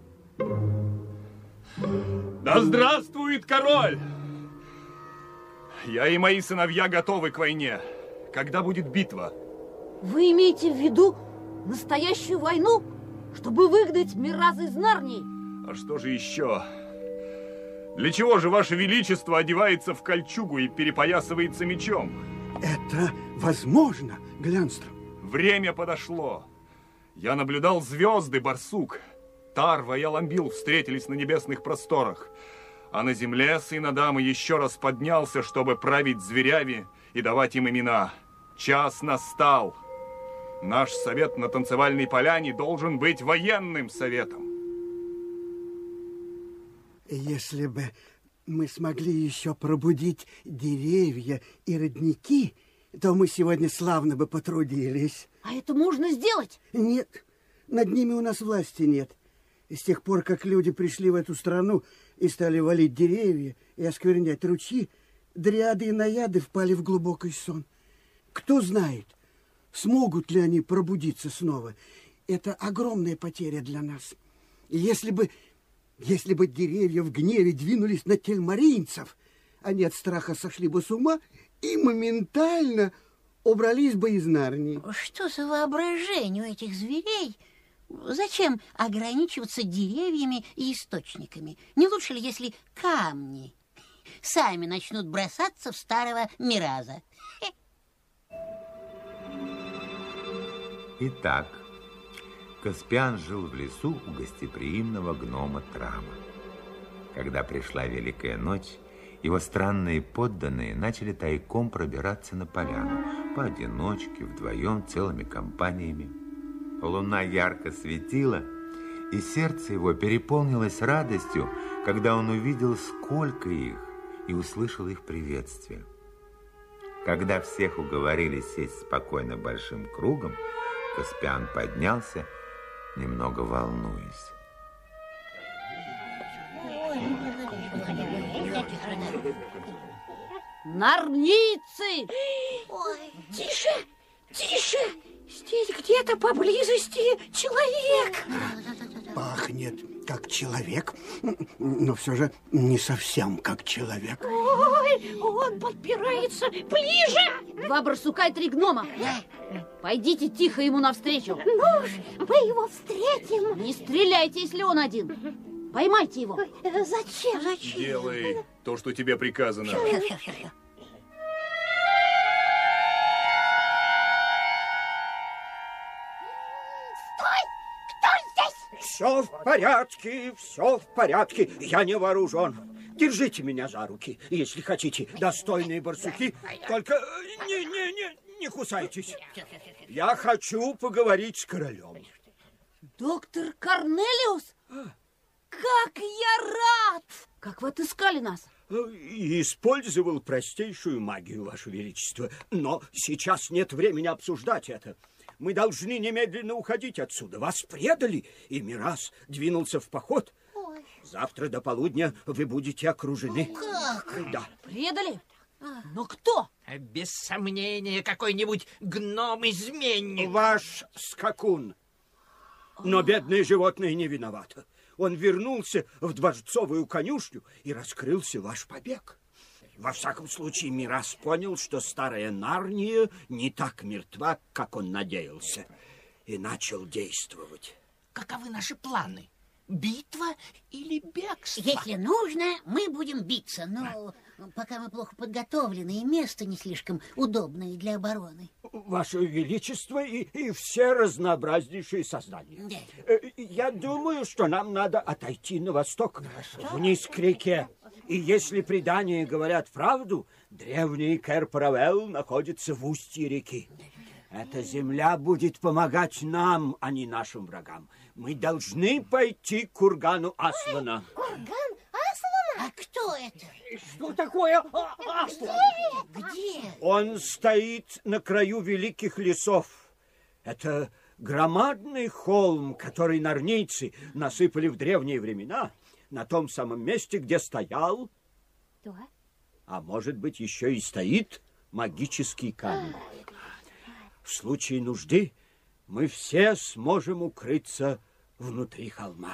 Да здравствует король! Я и мои сыновья готовы к войне. Когда будет битва? Вы имеете в виду настоящую войну, чтобы выгнать Мираза из Нарнии? А что же еще? Для чего же Ваше Величество одевается в кольчугу и перепоясывается мечом? Это возможно, Глянстром. Время подошло. Я наблюдал звезды, барсук. Тарва и Аламбил встретились на небесных просторах. А на земле сын Адама еще раз поднялся, чтобы править зверями и давать им имена. Час настал. Наш совет на танцевальной поляне должен быть военным советом. Если бы мы смогли еще пробудить деревья и родники, то мы сегодня славно бы потрудились. А это можно сделать? Нет, над ними у нас власти нет. С тех пор, как люди пришли в эту страну и стали валить деревья и осквернять ручьи, дриады и наяды впали в глубокий сон. Кто знает, смогут ли они пробудиться снова. Это огромная потеря для нас. И если бы, если бы деревья в гневе двинулись на тельмаринцев, они от страха сошли бы с ума и моментально убрались бы из Нарнии. Что за воображение у этих зверей? Зачем ограничиваться деревьями и источниками? Не лучше ли, если камни сами начнут бросаться в старого Мираза? Итак, Каспиан жил в лесу у гостеприимного гнома Трама. Когда пришла Великая Ночь, его странные подданные начали тайком пробираться на поляну, поодиночке, вдвоем, целыми компаниями. Луна ярко светила, и сердце его переполнилось радостью, когда он увидел, сколько их, и услышал их приветствие. Когда всех уговорили сесть спокойно большим кругом, Каспиан поднялся, немного волнуясь. Нарнийцы! Ой, тише, тише! Здесь где-то поблизости человек. Пахнет как человек, но все же не совсем как человек. Ой, он подбирается ближе. Два барсука и три гнома. Пойдите тихо ему навстречу. Ну уж, мы его встретим. Не стреляйте, если он один. Поймайте его. Ой, зачем? Зачем? Делай то, что тебе приказано. Все в порядке, все в порядке. Я не вооружен. Держите меня за руки, если хотите, достойные барсуки. Только не, не, не, не кусайтесь. Я хочу поговорить с королем. Доктор Корнелиус? Как я рад! Как вы отыскали нас? Использовал простейшую магию, Ваше Величество. Но сейчас нет времени обсуждать это. Мы должны немедленно уходить отсюда. Вас предали, и Мираз двинулся в поход. Ой. Завтра до полудня вы будете окружены. Как? Да. Предали? Но кто? Без сомнения, какой-нибудь гном-изменник. Ваш скакун. Но бедное животное не виновато. Он вернулся в дворцовую конюшню, и раскрылся ваш побег. Во всяком случае, Мираз понял, что старая Нарния не так мертва, как он надеялся, и начал действовать. Каковы наши планы? Битва или бегство? Если нужно, мы будем биться, но пока мы плохо подготовлены, и место не слишком удобное для обороны. Ваше Величество и, и все разнообразнейшие создания. Да. Я думаю, что нам надо отойти на восток, вниз к реке. И если предания говорят правду, древний Кэр-Паравелл находится в устье реки. Эта земля будет помогать нам, а не нашим врагам. Мы должны пойти к кургану Аслана. Курган Аслана? А кто это? Что такое Аслан? Где? Он стоит на краю великих лесов. Это громадный холм, который нарнийцы насыпали в древние времена на том самом месте, где стоял, Да. а может быть, еще и стоит магический камень. В случае нужды мы все сможем укрыться внутри холма.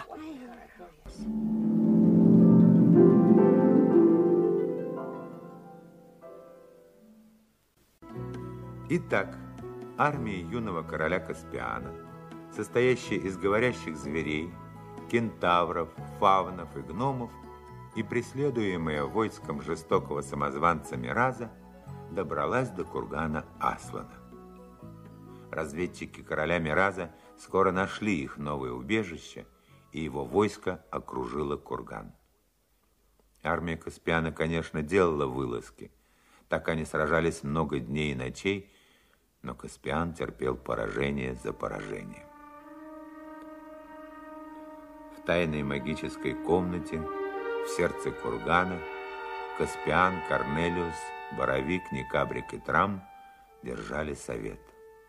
Итак, армия юного короля Каспиана, состоящая из говорящих зверей, кентавров, фавнов и гномов, и преследуемая войском жестокого самозванца Мираза, добралась до кургана Аслана. Разведчики короля Мираза скоро нашли их новое убежище, и его войско окружило курган. Армия Каспиана, конечно, делала вылазки. Так они сражались много дней и ночей, но Каспиан терпел поражение за поражением. В тайной магической комнате, в сердце кургана, Каспиан, Корнелиус, Боровик, Никабрик и Трам держали совет.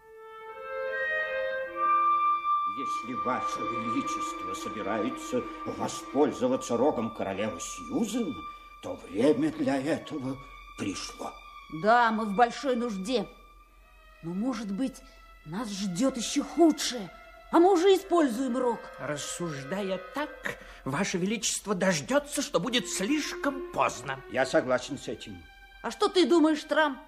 Если Ваше Величество собирается воспользоваться рогом королевы Сьюзен, то время для этого пришло. Да, мы в большой нужде. Но, может быть, нас ждет еще худшее. А мы уже используем рог. Рассуждая так, Ваше Величество дождется, что будет слишком поздно. Я согласен с этим. А что ты думаешь, Трам?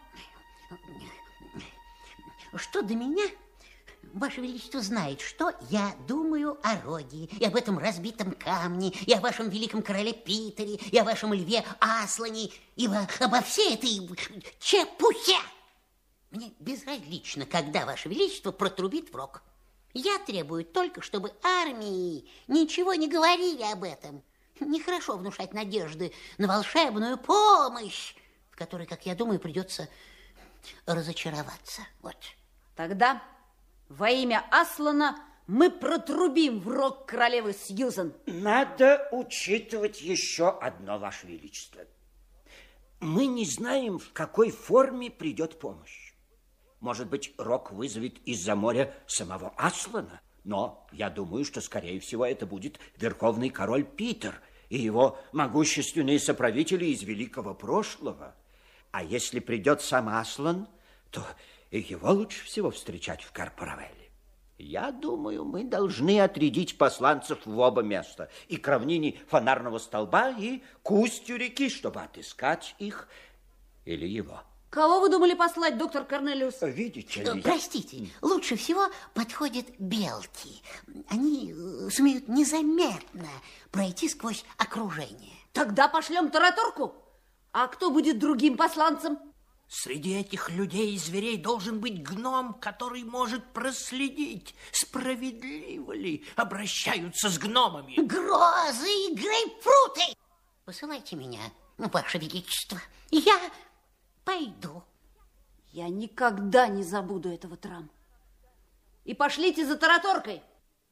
Что до меня, Ваше Величество знает, что я думаю о роге, и об этом разбитом камне, и о вашем великом короле Питере, и о вашем льве Аслане, и обо всей этой чепухе. Мне безразлично, когда Ваше Величество протрубит в рог. Я требую только, чтобы армии ничего не говорили об этом. Нехорошо внушать надежды на волшебную помощь, в которой, как я думаю, придется разочароваться. Вот. Тогда во имя Аслана мы протрубим в рог королевы Сьюзен. Надо учитывать еще одно, Ваше Величество. Мы не знаем, в какой форме придет помощь. Может быть, рог вызовет из-за моря самого Аслана, но я думаю, что, скорее всего, это будет верховный король Питер и его могущественные соправители из великого прошлого. А если придет сам Аслан, то его лучше всего встречать в Карпаравелле. Я думаю, мы должны отрядить посланцев в оба места, и к равнине фонарного столба, и к устью реки, чтобы отыскать их или его. Кого вы думали послать, доктор Корнелиус? Видите ли, Простите, я... лучше всего подходят белки. Они сумеют незаметно пройти сквозь окружение. Тогда пошлем тараторку. А кто будет другим посланцем? Среди этих людей и зверей должен быть гном, который может проследить, справедливо ли обращаются с гномами. Грозы и грейпфруты! Посылайте меня, Ваше Величество. Я пойду. Я никогда не забуду этого, Трам. И пошлите за тараторкой.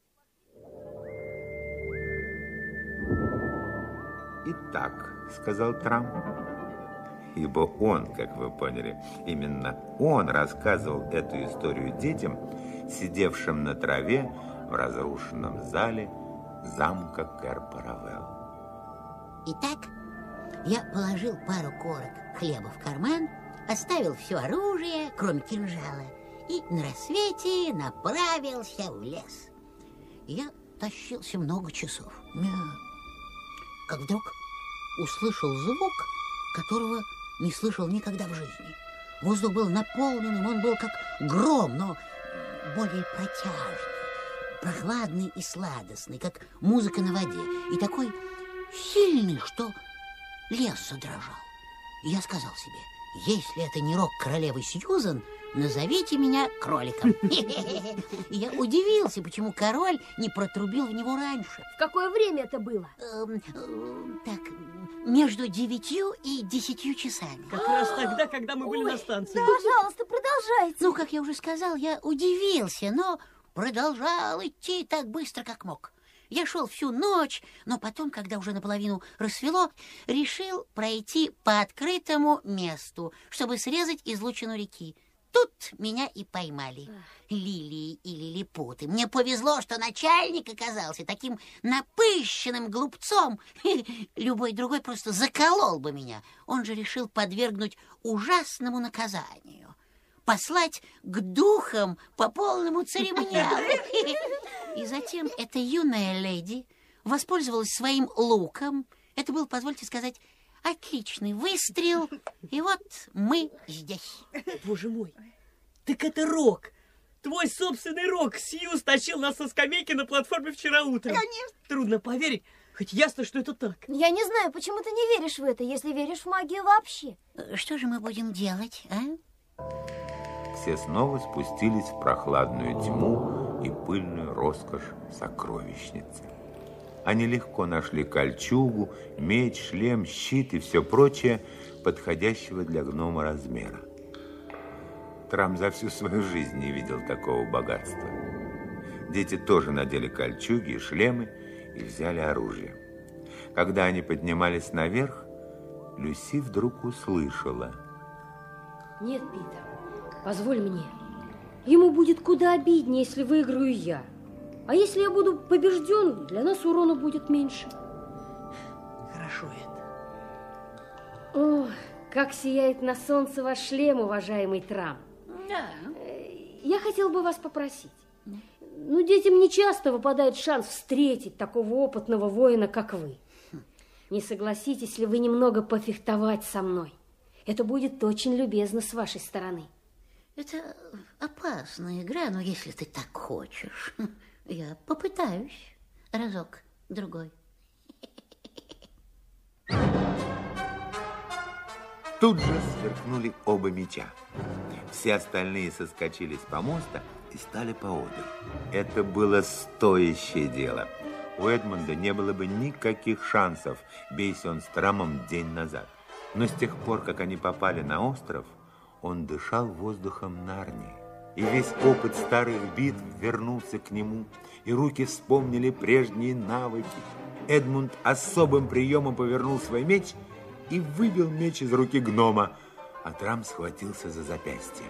Итак, сказал Трам, ибо он, как вы поняли, именно он рассказывал эту историю детям, сидевшим на траве в разрушенном зале замка Карпаравелл. Итак, я положил пару корок хлеба в карман, оставил все оружие, кроме кинжала, и на рассвете направился в лес. Я тащился много часов. Как вдруг услышал звук, которого не слышал никогда в жизни. Воздух был наполненным, он был как гром, но более протяжный, прохладный и сладостный, как музыка на воде, и такой сильный, что лес задрожал. И я сказал себе, если это не рог королевы Сьюзен, назовите меня кроликом. И я удивился, почему король не протрубил в него раньше. В какое время это было? Так, между девятью и десятью часами. Как раз тогда, когда мы были на станции. Пожалуйста, продолжайте. Ну, как я уже сказал, я удивился, но продолжал идти так быстро, как мог. Я шел всю ночь, но потом, когда уже наполовину рассвело, решил пройти по открытому месту, чтобы срезать излучину реки. Тут меня и поймали лилии и лилипуты. Мне повезло, что начальник оказался таким напыщенным глупцом. Любой другой просто заколол бы меня. Он же решил подвергнуть ужасному наказанию. послать к духам по полному церемониалу. И затем эта юная леди воспользовалась своим луком. Это был, позвольте сказать, отличный выстрел. И вот мы здесь. Боже мой, так это Рок. Твой собственный Рок. Сью стащил нас со скамейки на платформе вчера утром. Конечно. Трудно поверить, хоть ясно, что это так. Я не знаю, почему ты не веришь в это, если веришь в магию вообще. Что же мы будем делать, а? Все снова спустились в прохладную тьму и пыльную роскошь сокровищницы. Они легко нашли кольчугу, меч, шлем, щит и все прочее, подходящего для гнома размера. Трам за всю свою жизнь не видел такого богатства. Дети тоже надели кольчуги и шлемы и взяли оружие. Когда они поднимались наверх, Люси вдруг услышала: Нет, Питер, позволь мне. Ему будет куда обиднее, если выиграю я. А если я буду побежден, для нас урона будет меньше. Хорошо это. О, как сияет на солнце ваш шлем, уважаемый Трам. Да. Я хотел бы вас попросить. Ну, детям не часто выпадает шанс встретить такого опытного воина, как вы. Не согласитесь ли вы немного пофехтовать со мной? Это будет очень любезно с вашей стороны. Это опасная игра, но если ты так хочешь, я попытаюсь разок, другой. Тут же сверкнули оба меча. Все остальные соскочили с помоста и стали поодаль. Это было стоящее дело. У Эдмунда не было бы никаких шансов, бейся он с Трамом день назад. Но с тех пор, как они попали на остров, он дышал воздухом Нарнии. И весь опыт старых битв вернулся к нему, и руки вспомнили прежние навыки. Эдмунд особым приемом повернул свой меч и выбил меч из руки гнома, а Трам схватился за запястье.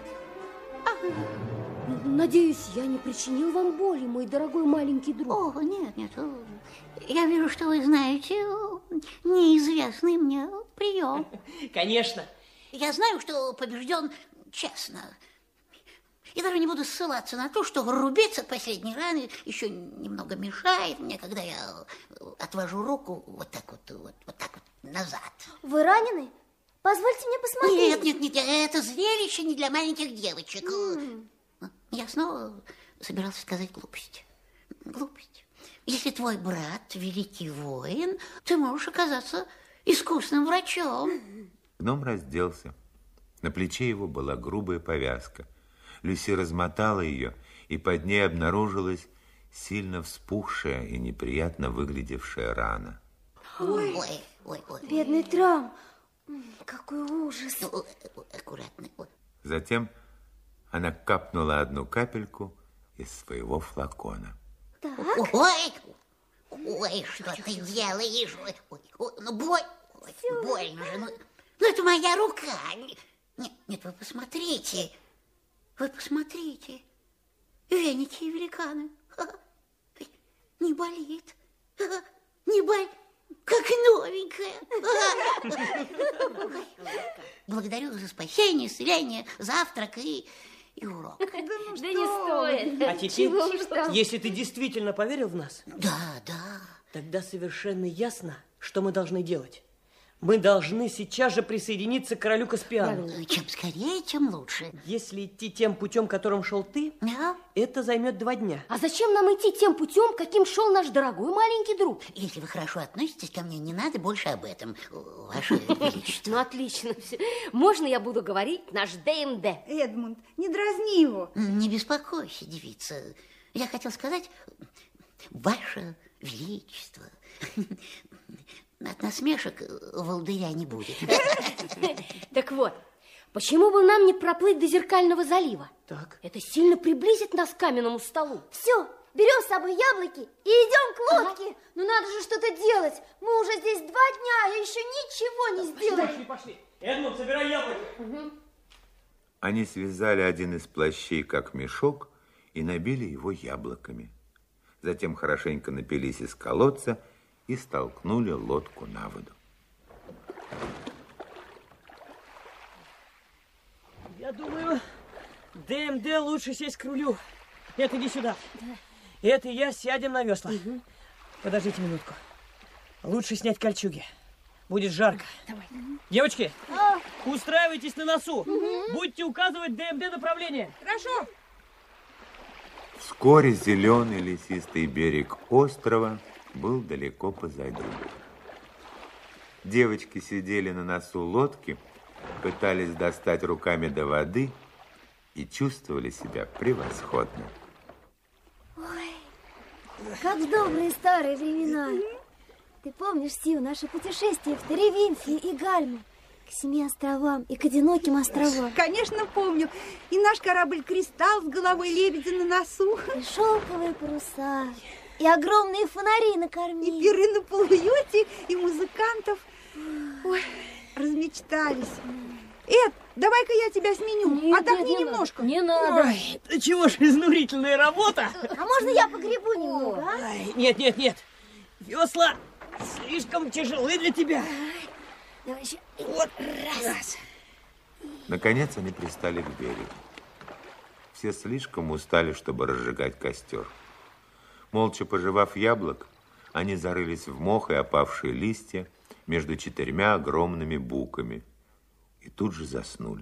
Надеюсь, я не причинил вам боли, мой дорогой маленький друг. О, нет, нет. Я вижу, что вы знаете неизвестный мне прием. Конечно. Я знаю, что побежден честно. И даже не буду ссылаться на то, что рубец от последней раны еще немного мешает мне, когда я отвожу руку вот так вот, вот, вот так вот назад. Вы ранены? Позвольте мне посмотреть. Нет, нет, нет, это зрелище не для маленьких девочек. Mm. Я снова собирался сказать глупость. Глупость. Если твой брат великий воин, ты можешь оказаться искусным врачом. Гном разделся. На плече его была грубая повязка. Люси размотала ее, и под ней обнаружилась сильно вспухшая и неприятно выглядевшая рана. Ой, ой, ой, ой. Бедный Трам. Какой ужас. Аккуратно. Затем она капнула одну капельку из своего флакона. Так. Ой, ой, что ты делаешь? Ой, ой, ну боль, ой, больно же. Ну, ну, это моя рука. Нет, нет, вы посмотрите. Вы посмотрите. Веники и великаны. Не болит. Не болит. Как новенькая. Благодарю за спасение, исцеление, завтрак и, и урок. Да, ну да не стоит. А теперь, если ты действительно поверил в нас, да, да, тогда совершенно ясно, что мы должны делать. Мы должны сейчас же присоединиться к королю Каспиану. Чем скорее, тем лучше. Если идти тем путем, которым шел ты, да? Это займет два дня. А зачем нам идти тем путем, каким шел наш дорогой маленький друг? Если вы хорошо относитесь ко мне, не надо больше об этом, Ваше Величество. Ну, отлично. Можно я буду говорить наш ДМД? Эдмунд, не дразни его. Не беспокойся, девица. Я хотел сказать, Ваше Величество. От насмешек волдыря не будет. Так вот, почему бы нам не проплыть до Зеркального залива? Так. Это сильно приблизит нас к каменному столу. Все, берем с собой яблоки и идем к лодке. Ага. Ну надо же что-то делать. Мы уже здесь два дня, а еще ничего не сделали. Пошли, пошли. Эдмунд, собирай яблоки. Угу. Они связали один из плащей как мешок и набили его яблоками. Затем хорошенько напились из колодца и столкнули лодку на воду. Я думаю, ДМД лучше сесть к рулю. Это иди сюда. Да. Это и я сядем на весла. Угу. Подождите минутку. Лучше снять кольчуги. Будет жарко. Давай. Девочки, а? устраивайтесь на носу. Угу. Будете указывать ДМД направление. Хорошо. Вскоре зеленый лесистый берег острова был далеко позади. Девочки сидели на носу лодки, пытались достать руками до воды и чувствовали себя превосходно. Ой, как в добрые старые времена. Ты помнишь, Сью, наше путешествие в Теревинфи и Гальму? К семи островам и к одиноким островам. Конечно, помню. И наш корабль «Кристалл» с головой лебедя на носу. И шелковые паруса, и огромные фонари на корме. И пиры на полуюте, и музыкантов. Ой, размечтались. Эд, давай-ка я тебя сменю. Нет, Отдохни нет, немножко. Не надо. Ой, да чего ж, изнурительная работа. А можно я погребу немного, а? Ой, нет, нет, нет. Весла слишком тяжелы для тебя. Давай еще. Вот, раз. раз. Наконец они пристали к берегу. Все слишком устали, чтобы разжигать костер. Молча пожевав яблок, они зарылись в мох и опавшие листья между четырьмя огромными буками и тут же заснули.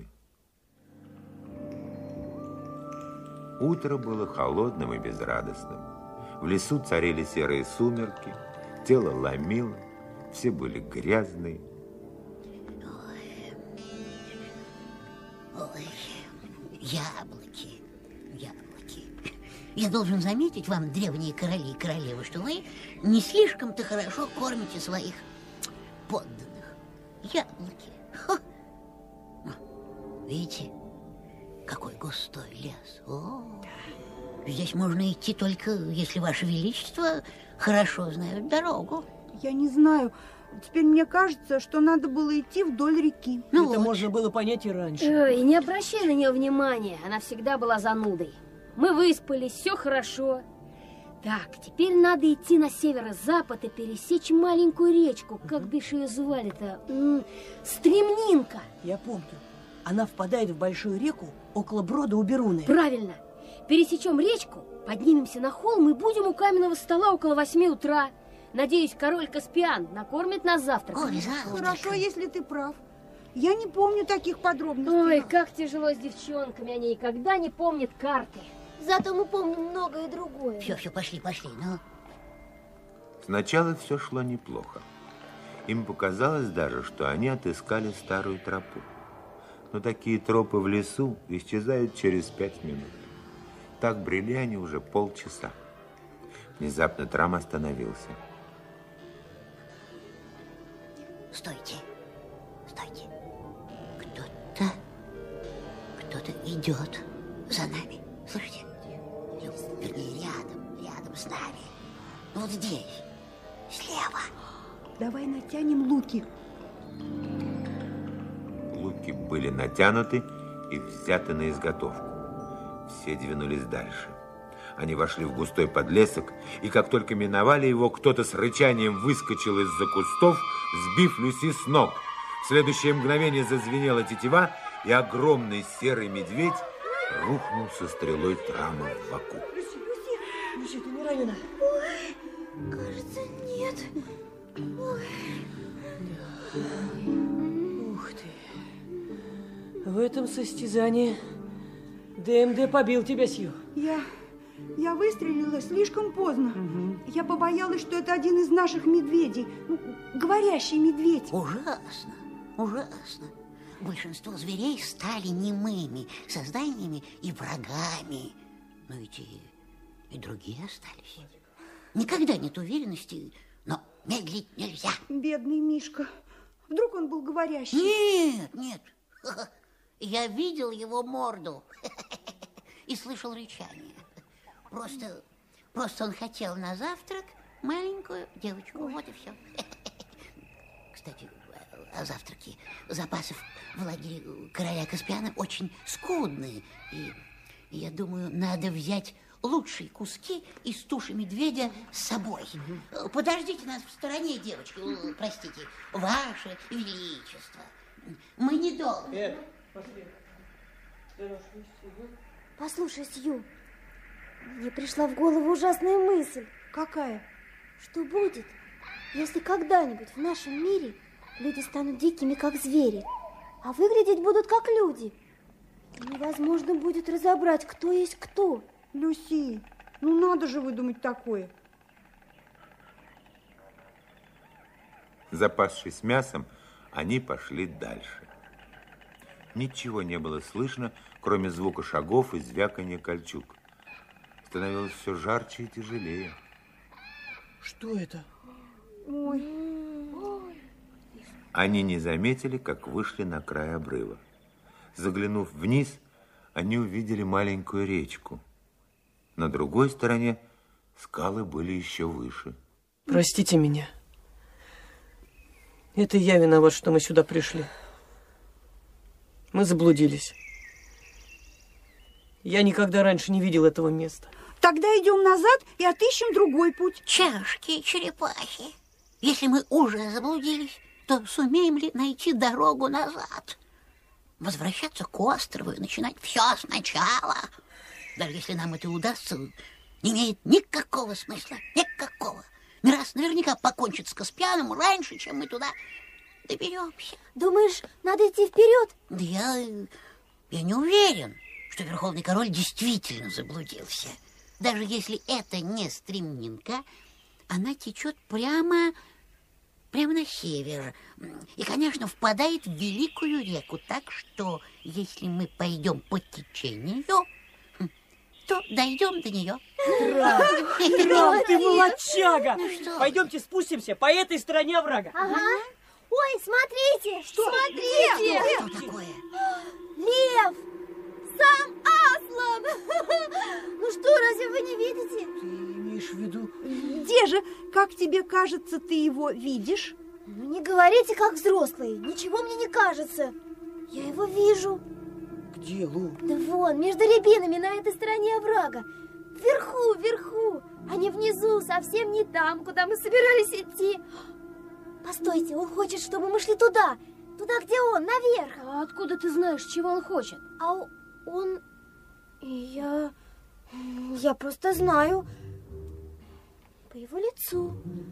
Утро было холодным и безрадостным. В лесу царили серые сумерки, тело ломило, все были грязные. Ой, яблоки, яблоки. Я должен заметить вам, древние короли и королевы, что вы не слишком-то хорошо кормите своих подданных. Яблоки. Ха. Видите, какой густой лес. О, здесь можно идти только, если Ваше Величество хорошо знают дорогу. Я не знаю. Теперь мне кажется, что надо было идти вдоль реки. Ну, это вот можно было понять и раньше. Ой, не обращай на нее внимания. Она всегда была занудой. Мы выспались, все хорошо. Так, теперь надо идти на северо-запад и пересечь маленькую речку. Как бишь ее звали-то? Стремнинка. Я помню. Она впадает в большую реку около брода у Беруны. Правильно. Пересечем речку, поднимемся на холм и будем у каменного стола около восьми утра. Надеюсь, король Каспиан накормит нас завтраком. Ой, завтрак. Хорошо, если ты прав. Я не помню таких подробностей. Ой, как тяжело с девчонками. Они никогда не помнят карты. Зато мы помним многое другое. Все, все, пошли, пошли, ну. Сначала все шло неплохо. Им показалось даже, что они отыскали старую тропу. Но такие тропы в лесу исчезают через пять минут. Так брели они уже полчаса. Внезапно трам остановился. Стойте, стойте. Кто-то, кто-то идет за нами. Слышите? Вернее, рядом, рядом с нами. Вот здесь, слева. Давай натянем луки. Луки были натянуты и взяты на изготовку. Все двинулись дальше. Они вошли в густой подлесок, и как только миновали его, кто-то с рычанием выскочил из-за кустов, сбив Люси с ног. В следующее мгновение зазвенела тетива, и огромный серый медведь рухнул со стрелой трама в боку. Люси, Люси, Люси, ты не ранена? Ой, кажется, нет. Ой. Ух ты. В этом состязании ДМД побил тебя, Сью. Я... Я выстрелила слишком поздно. Угу. Я побоялась, что это один из наших медведей. Ну, говорящий медведь. Ужасно, ужасно. Большинство зверей стали немыми созданиями и врагами. Но ведь и, и другие остались. Никогда нет уверенности, но медлить нельзя. Бедный Мишка. Вдруг он был говорящий? Нет, нет. Я видел его морду и слышал рычание. Просто, просто он хотел на завтрак маленькую девочку. Ой. Вот и все. Кстати, о завтраке. Запасов в лагере короля Каспиана очень скудные. И, и я думаю, надо взять лучшие куски из туши медведя с собой. Угу. Подождите нас в стороне, девочки. Простите, Ваше Величество. Мы недолго. Эд, пошли. Ты наш Послушай, Сью, мне пришла в голову ужасная мысль. Какая? Что будет, если когда-нибудь в нашем мире люди станут дикими, как звери, а выглядеть будут как люди? И невозможно будет разобрать, кто есть кто. Люси, ну надо же выдумать такое. Запасшись мясом, они пошли дальше. Ничего не было слышно, кроме звука шагов и звяканья кольчуг. Становилось все жарче и тяжелее. Что это? Ой. Они не заметили, как вышли на край обрыва. Заглянув вниз, они увидели маленькую речку. На другой стороне скалы были еще выше. Простите меня. Это я виноват, что мы сюда пришли. Мы заблудились. Я никогда раньше не видел этого места. Тогда идем назад и отыщем другой путь. Чашки и черепахи. Если мы уже заблудились, то сумеем ли найти дорогу назад? Возвращаться к острову и начинать все сначала. Даже если нам это удастся, не имеет никакого смысла. Никакого. Мирас наверняка покончит с Каспианом раньше, чем мы туда доберемся. Думаешь, надо идти вперед? Да я, я не уверен, что Верховный Король действительно заблудился. Даже если это не стремнинка, она течет прямо, прямо на север. И, конечно, впадает в великую реку. Так что, если мы пойдем по течению, то дойдем до нее. Трав, Трав, ты молодчага! Ну что? Пойдемте спустимся по этой стороне оврага. Ага. Ой, смотрите! Что? Смотрите! Где? Что такое? Лев! Сам Аслан! Ну что, разве вы не видите? Ты имеешь в виду... Где же, как тебе кажется, ты его видишь? Ну не говорите, как взрослые. Ничего мне не кажется. Я его вижу. Где, Лу? Да вон, между рябинами на этой стороне оврага. Вверху, вверху. А не внизу, совсем не там, куда мы собирались идти. Постойте, он хочет, чтобы мы шли туда. Туда, где он, наверх. А откуда ты знаешь, чего он хочет? А он... Я... Я просто знаю. По его лицу.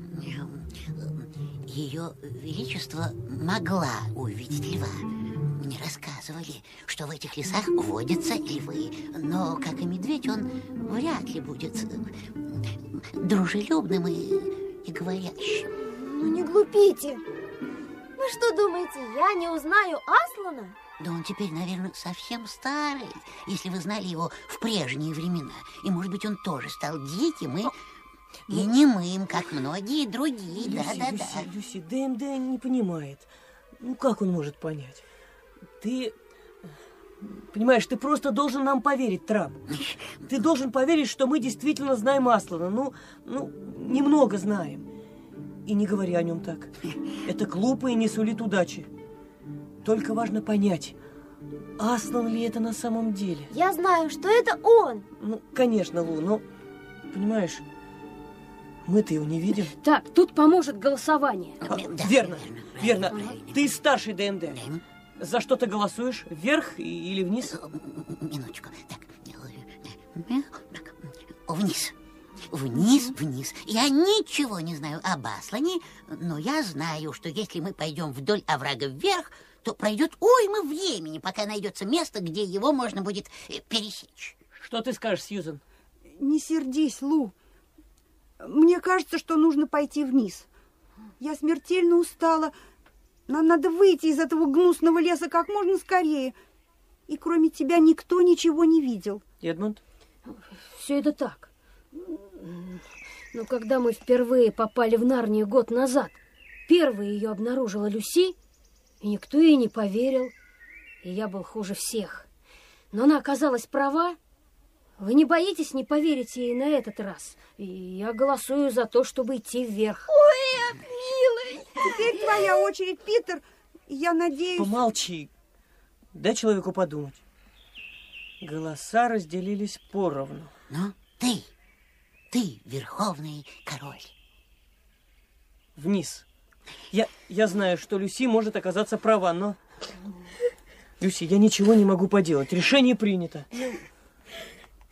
Ее Величество могла увидеть льва. Мне рассказывали, что в этих лесах водятся львы. Но, как и медведь, он вряд ли будет дружелюбным и, и говорящим. Ну, не глупите. Вы что думаете, я не узнаю Аслана? Да он теперь, наверное, совсем старый, если вы знали его в прежние времена. И, может быть, он тоже стал диким и, и немым, как многие другие. Да-да-да. Люси, ДМД не понимает. Ну, как он может понять? Ты... Понимаешь, ты просто должен нам поверить, Траб. Ты должен поверить, что мы действительно знаем Аслана. Ну, ну, немного знаем. И не говори о нем так. Это глупо и не сулит удачи. Только важно понять, Аслан ли это на самом деле. Я знаю, что это он. Ну, конечно, Лу, но, понимаешь, мы-то его не видим. Так, тут поможет голосование. А, верно, верно. Ты старший ДМД. За что ты голосуешь? Вверх или вниз? Минуточку. Так. Вниз. Вниз, вниз. Я ничего не знаю об Аслане, но я знаю, что если мы пойдем вдоль оврага вверх, то пройдет уйма времени, пока найдется место, где его можно будет пересечь. Что ты скажешь, Сьюзен? Не сердись, Лу. Мне кажется, что нужно пойти вниз. Я смертельно устала. Нам надо выйти из этого гнусного леса как можно скорее. И кроме тебя никто ничего не видел. Эдмунд? Все это так. Но когда мы впервые попали в Нарнию год назад, первой ее обнаружила Люси, и никто ей не поверил, и я был хуже всех. Но она оказалась права. Вы не боитесь не поверить ей на этот раз? И я голосую за то, чтобы идти вверх. Ой, Эд, милый! Теперь твоя очередь, Питер. Я надеюсь... Помолчи. Дай человеку подумать. Голоса разделились поровну. Ну, ты... Ты Верховный Король. Вниз. Я, я знаю, что Люси может оказаться права, но... Люси, я ничего не могу поделать. Решение принято.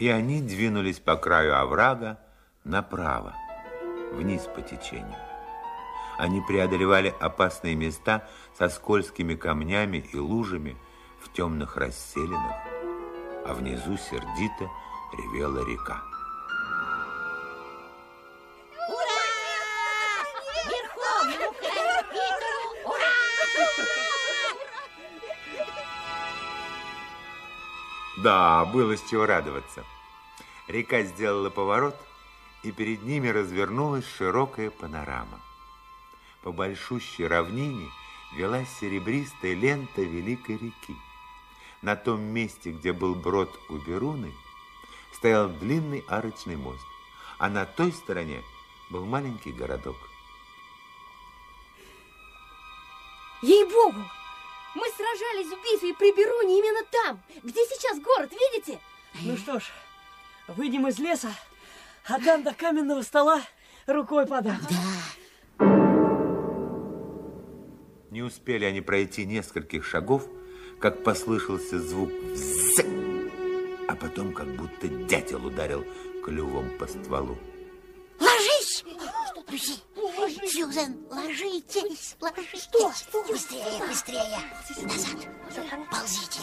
и они двинулись по краю оврага направо, вниз по течению. Они преодолевали опасные места со скользкими камнями и лужами в темных расселинах, а внизу сердито ревела река. Да, было с чего радоваться. Река сделала поворот, и перед ними развернулась широкая панорама. По большущей равнине велась серебристая лента великой реки. На том месте, где был брод у Беруны, стоял длинный арочный мост, а на той стороне был маленький городок. Ей-богу! Мы сражались в битве при Беруне именно там, где сейчас город, видите? Ну что ж, выйдем из леса, а там до каменного стола рукой подать. Да. Не успели они пройти нескольких шагов, как послышался звук «вззь», а потом как будто дятел ударил клювом по стволу. Ложись! Люси, Сьюзен, ложитесь, ложитесь. Что? Что? Быстрее, быстрее. Назад. Ползите.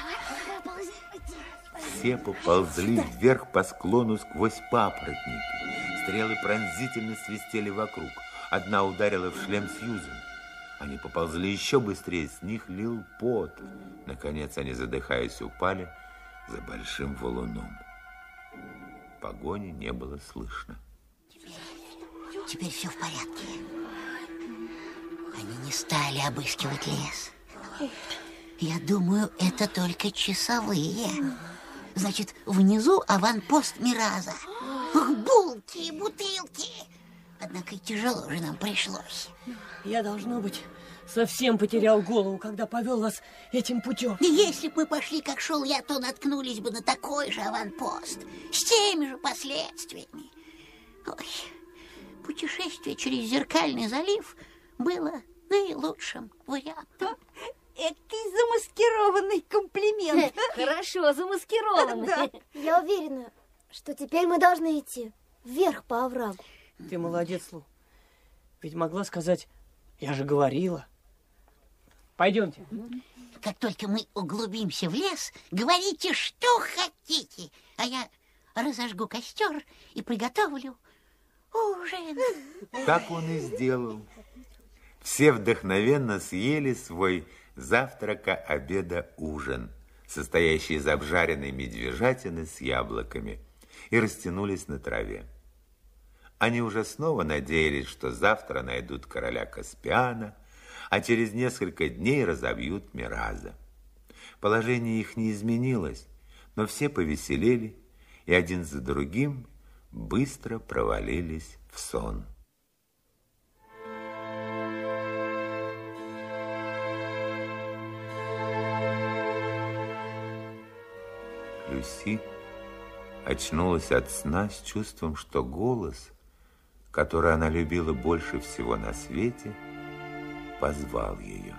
Все поползли вверх по склону сквозь папоротники. Стрелы пронзительно свистели вокруг. Одна ударила в шлем Сьюзен. Они поползли еще быстрее, с них лил пот. Наконец они, задыхаясь, упали за большим валуном. Погони не было слышно. Теперь все в порядке. Они не стали обыскивать лес. Я думаю, это только часовые. Значит, внизу аванпост Мираза. Булки, бутылки. Однако и тяжело же нам пришлось. Я, должно быть, совсем потерял голову, когда повел вас этим путем. И если бы мы пошли, как шел я, то наткнулись бы на такой же аванпост. С теми же последствиями. Ой, путешествие через Зеркальный залив было наилучшим вариантом. Экий замаскированный комплимент. Хорошо, замаскированный. Да. Я уверена, что теперь мы должны идти вверх по оврагу. Ты молодец, Лу. Ведь могла сказать, я же говорила. Пойдемте. Как только мы углубимся в лес, говорите, что хотите, а я разожгу костер и приготовлю ужин. Так он и сделал. Все вдохновенно съели свой завтрака, обеда, ужин, состоящий из обжаренной медвежатины с яблоками, и растянулись на траве. Они уже снова надеялись, что завтра найдут короля Каспиана, а через несколько дней разобьют Мираза. Положение их не изменилось, но все повеселели и один за другим быстро провалились в сон. Люси очнулась от сна с чувством, что голос, который она любила больше всего на свете, позвал ее.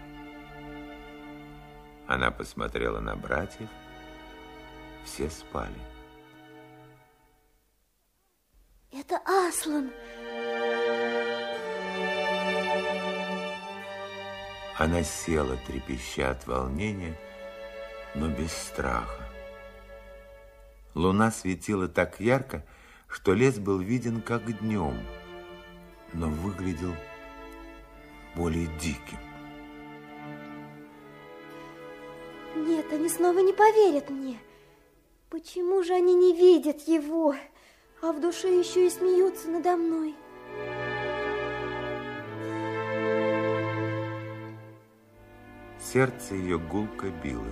Она посмотрела на братьев, все спали. Это Аслан. Она села, трепеща от волнения, но без страха. Луна светила так ярко, что лес был виден как днем, но выглядел более диким. Нет, они снова не поверят мне. Почему же они не видят его, а в душе еще и смеются надо мной? Сердце ее гулко билось.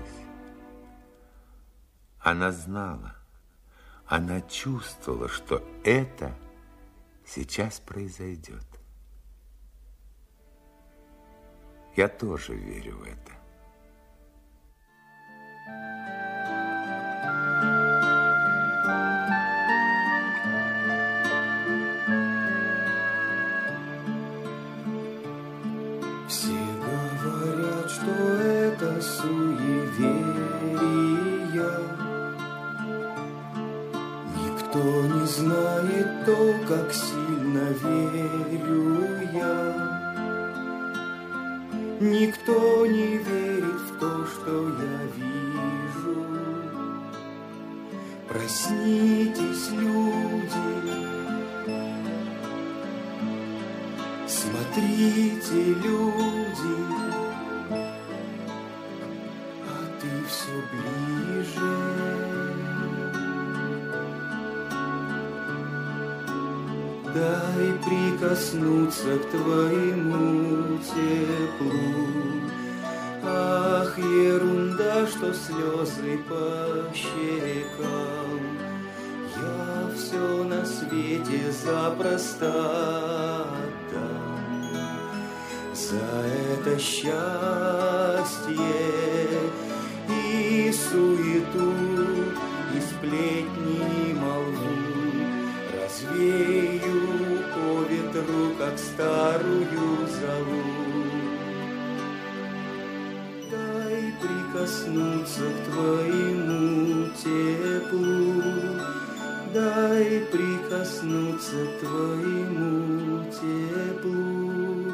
Она знала, она чувствовала, что это сейчас произойдет. Я тоже верю в это. Все говорят, что это суеверия, Никто не знает то, как сильно верю я. Никто не верит в то, что я вижу. Проснитесь, люди, смотрите, люди, а ты все ближе. Дай прикоснуться к твоему теплу. Ах, ерунда, что слезы по щекам. Я все на свете запросто отдам за это счастье и суету, и сплетни, и молву. Развею по ветру, как старую золу. Дай прикоснуться к твоему теплу. Дай прикоснуться к твоему теплу.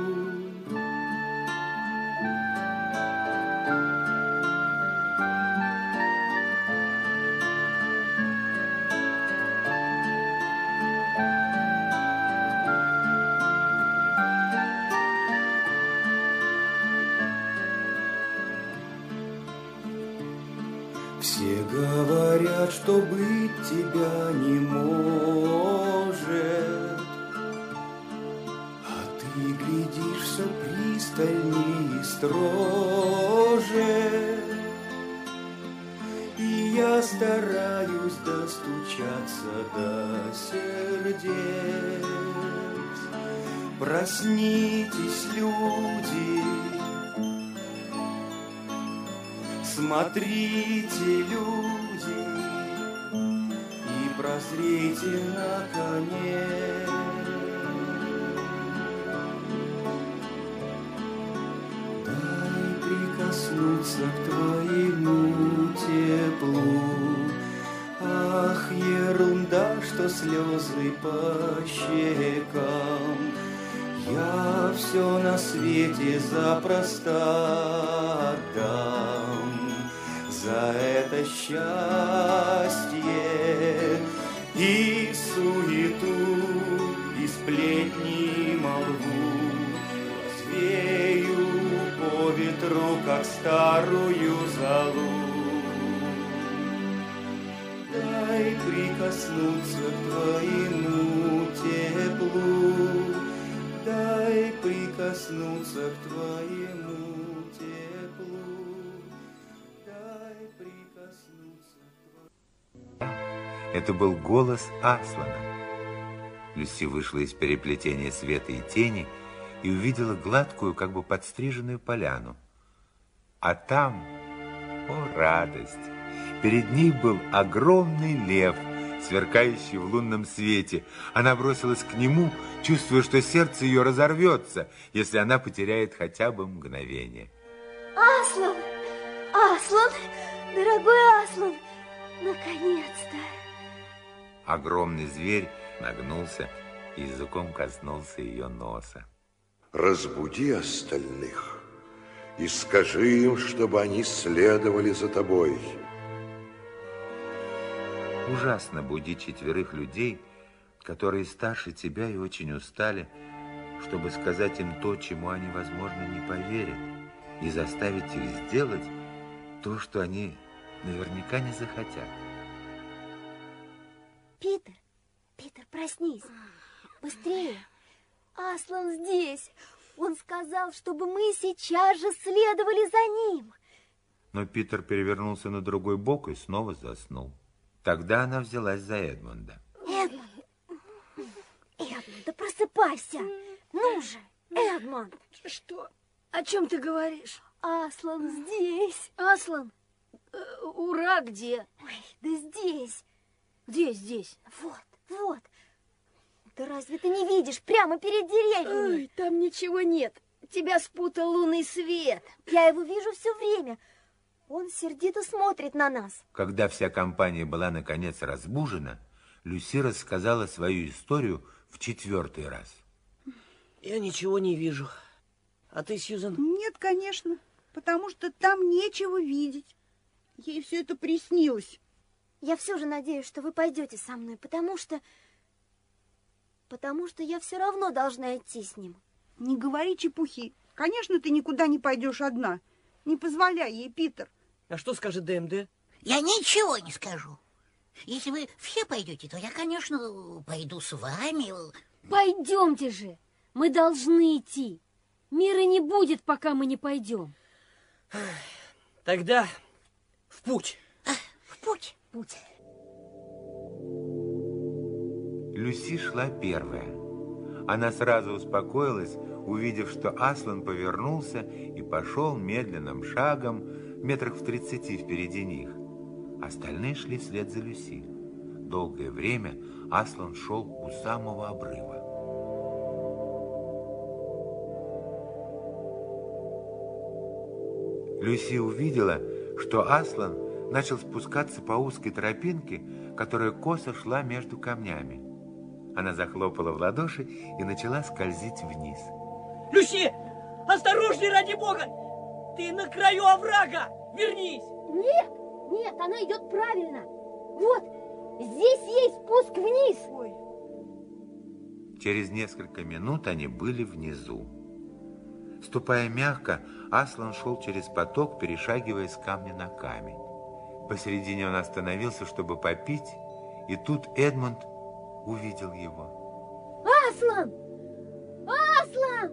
Все говорят, что быть тебя не может, а ты глядишь все пристальнее и строже. И я стараюсь достучаться до сердец. Проснитесь, люди, смотрите, люди, и прозрейте наконец. Дай прикоснуться к твоему теплу. Ах, ерунда, что слезы по щекам. Я все на свете запросто отдам за это счастье и суету, и сплетни, и молву. Развею по ветру, как старую золу. Дай прикоснуться к твоему теплу. Дай прикоснуться к твоему теплу. Дай прикоснуться к твоему... Это был голос Аслана. Люси вышла из переплетения света и тени и увидела гладкую, как бы подстриженную поляну. А там, о радость, перед ней был огромный лев, сверкающий в лунном свете. Она бросилась к нему, чувствуя, что сердце ее разорвется, если она потеряет хотя бы мгновение. Аслан! Аслан! Дорогой Аслан! Наконец-то! Огромный зверь нагнулся и языком коснулся ее носа. Разбуди остальных и скажи им, чтобы они следовали за тобой. Ужасно будить четверых людей, которые старше тебя и очень устали, чтобы сказать им то, чему они, возможно, не поверят, и заставить их сделать то, что они наверняка не захотят. Питер, Питер, проснись. Быстрее. Аслан здесь. Он сказал, чтобы мы сейчас же следовали за ним. Но Питер перевернулся на другой бок и снова заснул. Тогда она взялась за Эдмунда. Эдмунд, Эдмунд, да просыпайся. Ну же, Эдмунд. Что? О чем ты говоришь? Аслан здесь. Аслан? Э, ура, где? Ой, да здесь. Где здесь? Вот, вот. Да разве ты не видишь? Прямо перед деревьями. Ой, там ничего нет. Тебя спутал лунный свет. Я его вижу все время. Он сердито смотрит на нас. Когда вся компания была наконец разбужена, Люси рассказала свою историю в четвертый раз. Я ничего не вижу. А ты, Сьюзан? Нет, конечно, потому что там нечего видеть. Ей все это приснилось. Я все же надеюсь, что вы пойдете со мной, потому что... Потому что я все равно должна идти с ним. Не говори чепухи. Конечно, ты никуда не пойдешь одна. Не позволяй ей, Питер. А что скажет ДМД? Я ничего не скажу. Если вы все пойдете, то я, конечно, пойду с вами. Пойдемте же. Мы должны идти. Мира не будет, пока мы не пойдем. Тогда в путь. В путь. Путь. Люси шла первая. Она сразу успокоилась, увидев, что Аслан повернулся и пошел медленным шагом метрах в тридцати впереди них. Остальные шли вслед за Люси. Долгое время Аслан шел у самого обрыва. Люси увидела, что Аслан начал спускаться по узкой тропинке, которая косо шла между камнями. Она захлопала в ладоши и начала скользить вниз. Люси, осторожней, ради бога! Ты на краю оврага! Вернись! Нет, нет, она идет правильно. Вот, здесь есть спуск вниз. Ой. Через несколько минут они были внизу. Ступая мягко, Аслан шел через поток, перешагивая с камня на камень. Посередине он остановился, чтобы попить, и тут Эдмунд увидел его. Аслан! Аслан!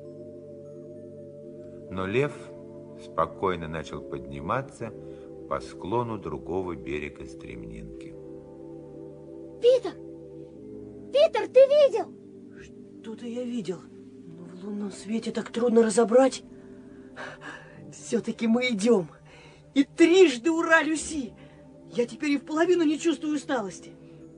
Но лев спокойно начал подниматься по склону другого берега стремнинки. Питер! Питер, ты видел? Что-то я видел, но в лунном свете так трудно разобрать. Все-таки мы идем. И трижды ура, Люси! Я теперь и в половину не чувствую усталости.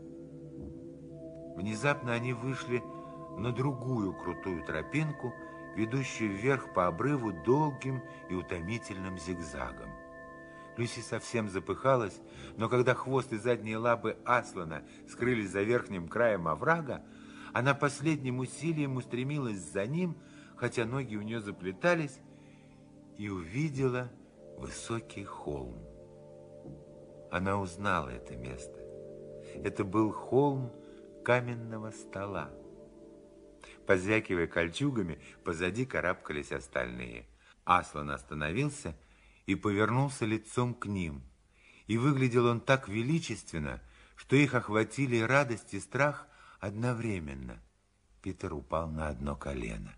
Внезапно они вышли на другую крутую тропинку, ведущую вверх по обрыву долгим и утомительным зигзагом. Люси совсем запыхалась, но когда хвост и задние лапы Аслана скрылись за верхним краем оврага, она последним усилием устремилась за ним, хотя ноги у нее заплетались, и увидела высокий холм. Она узнала это место. Это был холм каменного стола. Позвякивая кольчугами, позади карабкались остальные. Аслан остановился и повернулся лицом к ним. И выглядел он так величественно, что их охватили радость и страх одновременно. Питер упал на одно колено.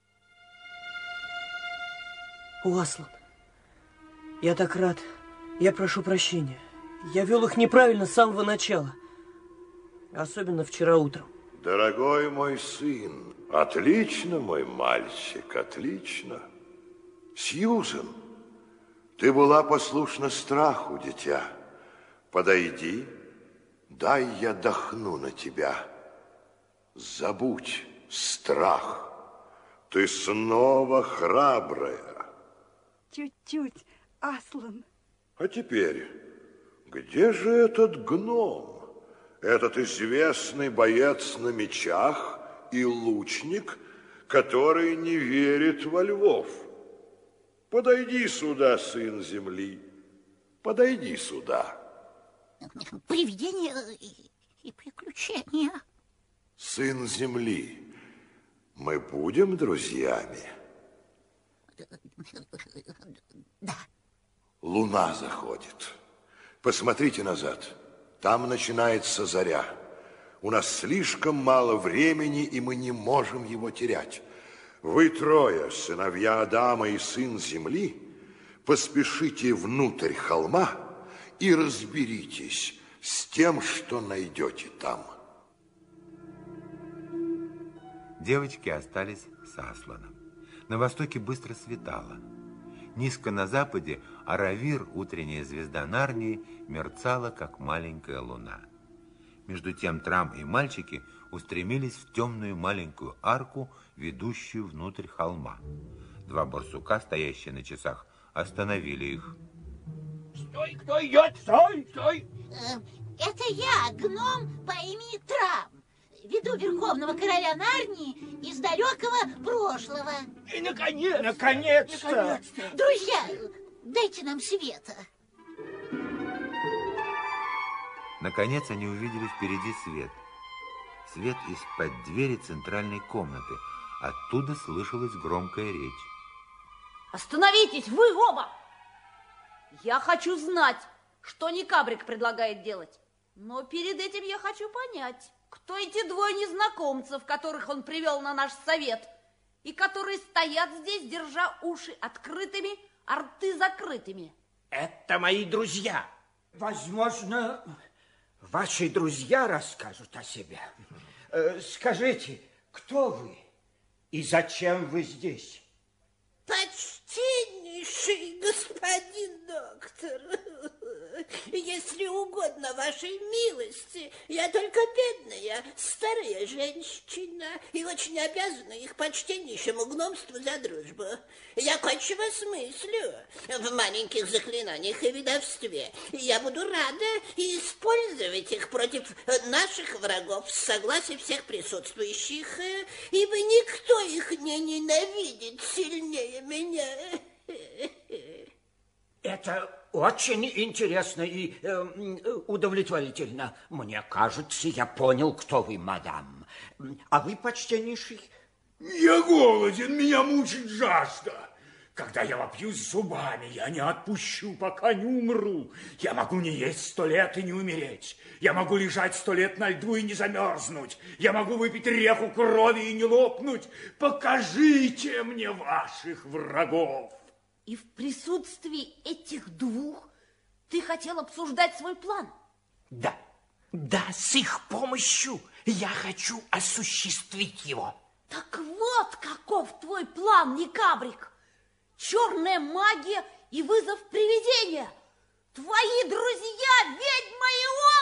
О, Аслан, я так рад. Я прошу прощения. Я вел их неправильно с самого начала. Особенно вчера утром. Дорогой мой сын, отлично, мой мальчик, отлично. Сьюзен, ты была послушна страху, дитя. Подойди, дай я дохну на тебя. Забудь страх. Ты снова храбрая. Чуть-чуть, Аслан. А теперь, где же этот гном? Этот известный боец на мечах и лучник, который не верит во львов. Подойди сюда, сын земли. Подойди сюда. Привидения и приключения. Сын земли, мы будем друзьями? Да. Луна заходит. Посмотрите назад. Там начинается заря. У нас слишком мало времени, и мы не можем его терять. Вы трое, сыновья Адама и сын земли, поспешите внутрь холма и разберитесь с тем, что найдете там. Девочки остались с Асланом. На востоке быстро светало. Низко на западе Аравир, утренняя звезда Нарнии, мерцала, как маленькая луна. Между тем Трам и мальчики устремились в темную маленькую арку, ведущую внутрь холма. Два барсука, стоящие на часах, остановили их. Стой, кто идет? Стой, стой! Э, Это я, гном по имени Трам. Веду верховного короля Нарнии из далекого прошлого. И наконец! Наконец-то! Наконец-то! Друзья, дайте нам света. Наконец они увидели впереди свет. Свет из-под двери центральной комнаты. Оттуда слышалась громкая речь. Остановитесь, вы оба! Я хочу знать, что Некабрик предлагает делать. Но перед этим я хочу понять, кто эти двое незнакомцев, которых он привел на наш совет, и которые стоят здесь, держа уши открытыми, а рты закрытыми. Это мои друзья. Возможно, ваши друзья расскажут о себе. Скажите, кто вы и зачем вы здесь? Почтеннейший господин доктор, если угодно вашей милости, я только бедная, старая женщина и очень обязана их почтеннейшему гномству за дружбу. Я кое-что смыслю в маленьких заклинаниях и ведовстве. Я буду рада использовать их против наших врагов с согласия всех присутствующих, ибо никто их не ненавидит сильнее меня. Это очень интересно и э, удовлетворительно. Мне кажется, я понял, кто вы, мадам. А вы, почтеннейший? Я голоден, меня мучит жажда. Когда я вопьюсь зубами, я не отпущу, пока не умру. Я могу не есть сто лет и не умереть. Я могу лежать сто лет на льду и не замерзнуть. Я могу выпить реку крови и не лопнуть. Покажите мне ваших врагов. И в присутствии этих двух ты хотел обсуждать свой план? Да, да, с их помощью я хочу осуществить его. Так вот каков твой план, Некабрик. Черная магия и вызов привидения. Твои друзья, ведьма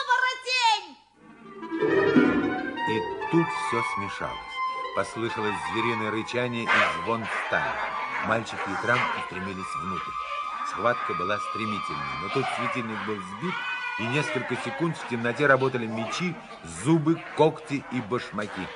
и оборотень! И тут все смешалось. Послышалось звериное рычание и звон стали. Мальчики и Трам устремились внутрь. Схватка была стремительной, но тут светильник был сбит, и несколько секунд в темноте работали мечи, зубы, когти и башмаки.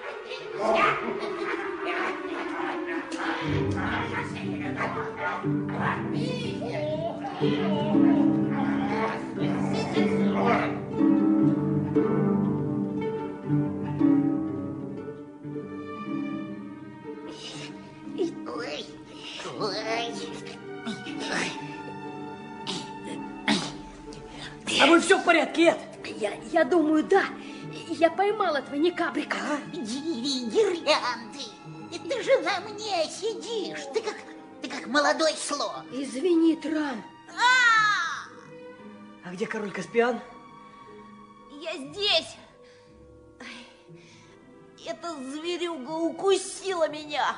А вы все в порядке, Эд? Я, я думаю, да. Я поймала этого Некабрика. А? Гирлянды, ты же на мне сидишь. Ты как, ты как молодой слон. Извини, Трам. А, а где король Каспиан? Я здесь. Эта зверюга укусила меня.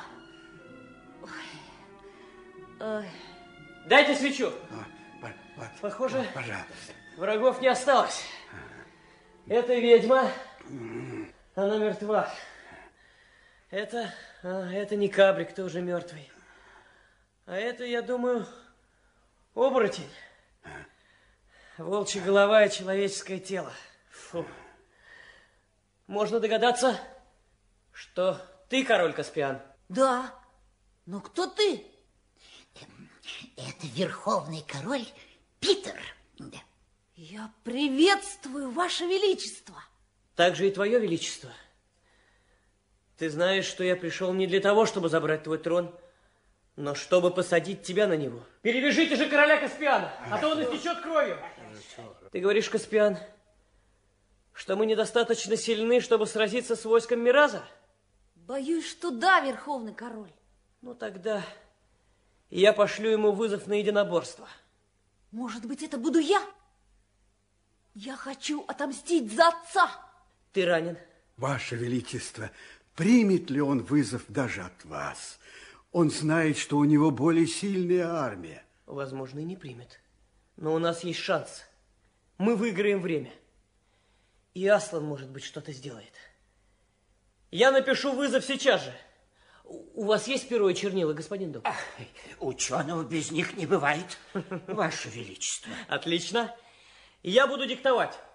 Дайте свечу. Похоже, пожалуйста. Врагов не осталось. Это ведьма, она мертва. Это, а, это Некабрик, тоже мертвый. А это, я думаю, оборотень. Волчья голова и человеческое тело. Фу. Можно догадаться, что ты король Каспиан. Да, но кто ты? Это верховный король Питер. Да. Я приветствую, Ваше Величество. Так же и Твое Величество. Ты знаешь, что я пришел не для того, чтобы забрать твой трон, но чтобы посадить тебя на него. Перевяжите же короля Каспиана, а то он истечет кровью. Ты говоришь, Каспиан, что мы недостаточно сильны, чтобы сразиться с войском Мираза? Боюсь, что да, Верховный король. Ну тогда я пошлю ему вызов на единоборство. Может быть, это буду я? Я хочу отомстить за отца. Ты ранен? Ваше Величество, примет ли он вызов даже от вас? Он знает, что у него более сильная армия. Возможно, и не примет. Но у нас есть шанс. Мы выиграем время. И Аслан, может быть, что-то сделает. Я напишу вызов сейчас же. У вас есть перо и чернила, господин доктор? Ученого без них не бывает, Ваше Величество. Отлично. Я буду диктовать.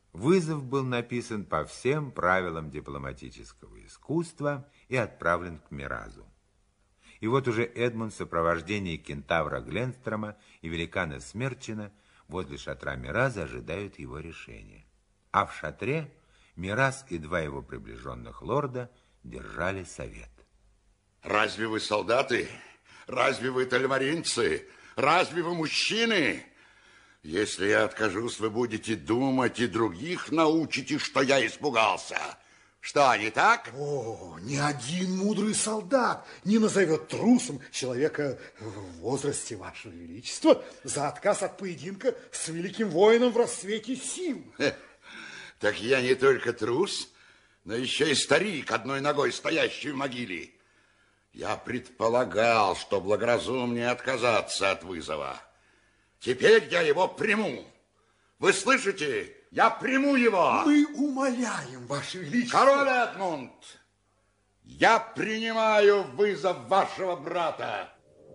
Вызов был написан по всем правилам дипломатического искусства и отправлен к Миразу. И вот уже Эдмунд в сопровождении кентавра Гленстрома и великана Смерчина возле шатра Мираза ожидают его решения. А в шатре Мираз и два его приближенных лорда держали совет. Разве вы солдаты? Разве вы тальмаринцы? Разве вы мужчины? Если я откажусь, вы будете думать и других научите, что я испугался. Что, не так? О, ни один мудрый солдат не назовет трусом человека в возрасте вашего величества за отказ от поединка с великим воином в расцвете сил. Так я не только трус, но еще и старик, одной ногой стоящий в могиле. Я предполагал, что благоразумнее отказаться от вызова. Теперь я его приму. Вы слышите? Я приму его. Мы умоляем, ваше величество. Король Эдмунд, я принимаю вызов вашего брата.